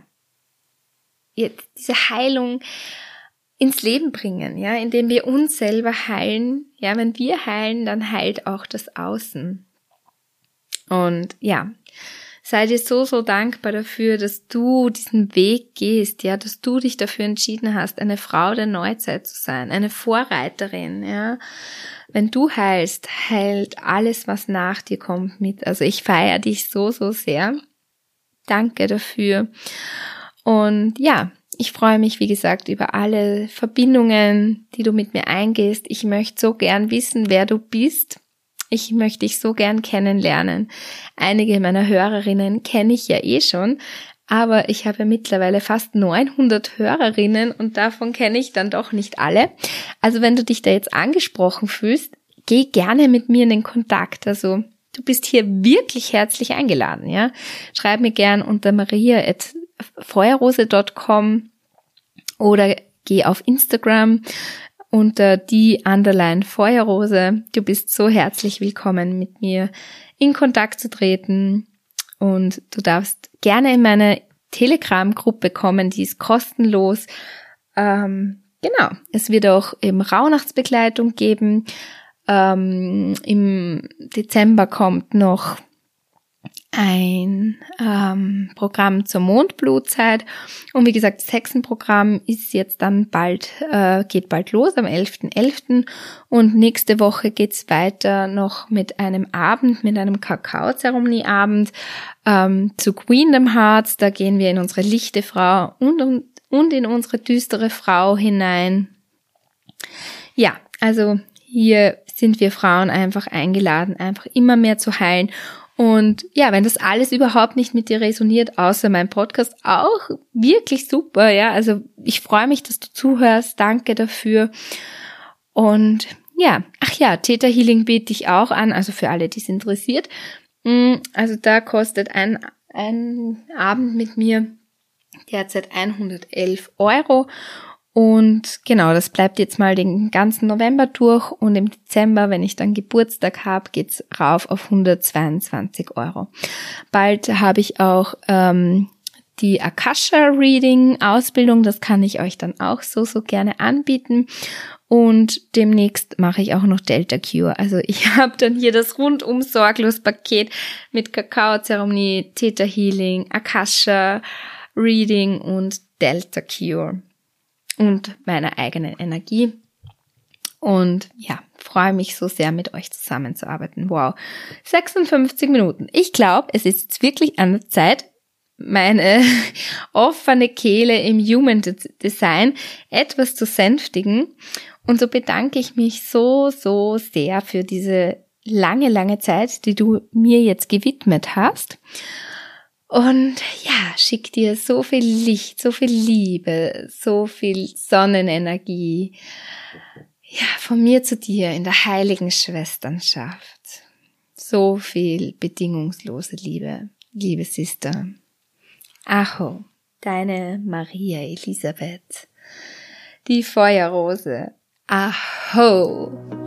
diese Heilung ins Leben bringen, ja, indem wir uns selber heilen. Ja, wenn wir heilen, dann heilt auch das Außen. Und ja, sei dir so, so dankbar dafür, dass du diesen Weg gehst, ja, dass du dich dafür entschieden hast, eine Frau der Neuzeit zu sein, eine Vorreiterin, ja. Wenn du heilst, heilt alles, was nach dir kommt, mit. Also ich feiere dich so, so sehr. Danke dafür. Und ja, ich freue mich, wie gesagt, über alle Verbindungen, die du mit mir eingehst. Ich möchte so gern wissen, wer du bist. Ich möchte dich so gern kennenlernen. Einige meiner Hörerinnen kenne ich ja eh schon, aber ich habe mittlerweile fast neunhundert Hörerinnen und davon kenne ich dann doch nicht alle. Also wenn du dich da jetzt angesprochen fühlst, geh gerne mit mir in den Kontakt. Also du bist hier wirklich herzlich eingeladen, ja. Schreib mir gern unter maria at feuerrose punkt com oder geh auf Instagram unter die underline Feuerrose. Du bist so herzlich willkommen, mit mir in Kontakt zu treten und du darfst gerne in meine Telegram-Gruppe kommen, die ist kostenlos. Ähm, genau, es wird auch eben Rauhnachtsbegleitung geben. Ähm, im Dezember kommt noch ein ähm, Programm zur Mondblutzeit und wie gesagt, das Hexenprogramm ist jetzt dann bald, äh, geht bald los am elften elften und nächste Woche geht's weiter noch mit einem Abend, mit einem Kakao-Zeremonieabend ähm, zu Queendom Hearts. Da gehen wir in unsere lichte Frau und, und, und in unsere düstere Frau hinein. Ja, also hier sind wir Frauen einfach eingeladen, einfach immer mehr zu heilen. Und ja, wenn das alles überhaupt nicht mit dir resoniert, außer mein Podcast, auch wirklich super, ja. Also ich freue mich, dass du zuhörst. Danke dafür. Und ja, ach ja, Theta Healing biete ich auch an, also für alle, die es interessiert. Also da kostet ein, ein Abend mit mir derzeit hundertelf Euro. Und genau, das bleibt jetzt mal den ganzen November durch und im Dezember, wenn ich dann Geburtstag habe, geht's rauf auf hundertzweiundzwanzig Euro. Bald habe ich auch ähm, die Akasha Reading Ausbildung, das kann ich euch dann auch so, so gerne anbieten. Und demnächst mache ich auch noch Delta Cure. Also ich habe dann hier das rundum sorglos Paket mit Kakao-Zeremonie, Theta Healing, Akasha Reading und Delta Cure. Und meiner eigenen Energie. Und ja, freue mich so sehr, mit euch zusammenzuarbeiten. Wow, sechsundfünfzig Minuten. Ich glaube, es ist jetzt wirklich an der Zeit, meine offene Kehle im Human Design etwas zu sänftigen. Und so bedanke ich mich so, so sehr für diese lange, lange Zeit, die du mir jetzt gewidmet hast. Und ja, schick dir so viel Licht, so viel Liebe, so viel Sonnenenergie. Ja, von mir zu dir in der heiligen Schwesternschaft. So viel bedingungslose Liebe, liebe Sister. Aho, deine Maria Elisabeth, die Feuerrose. Aho.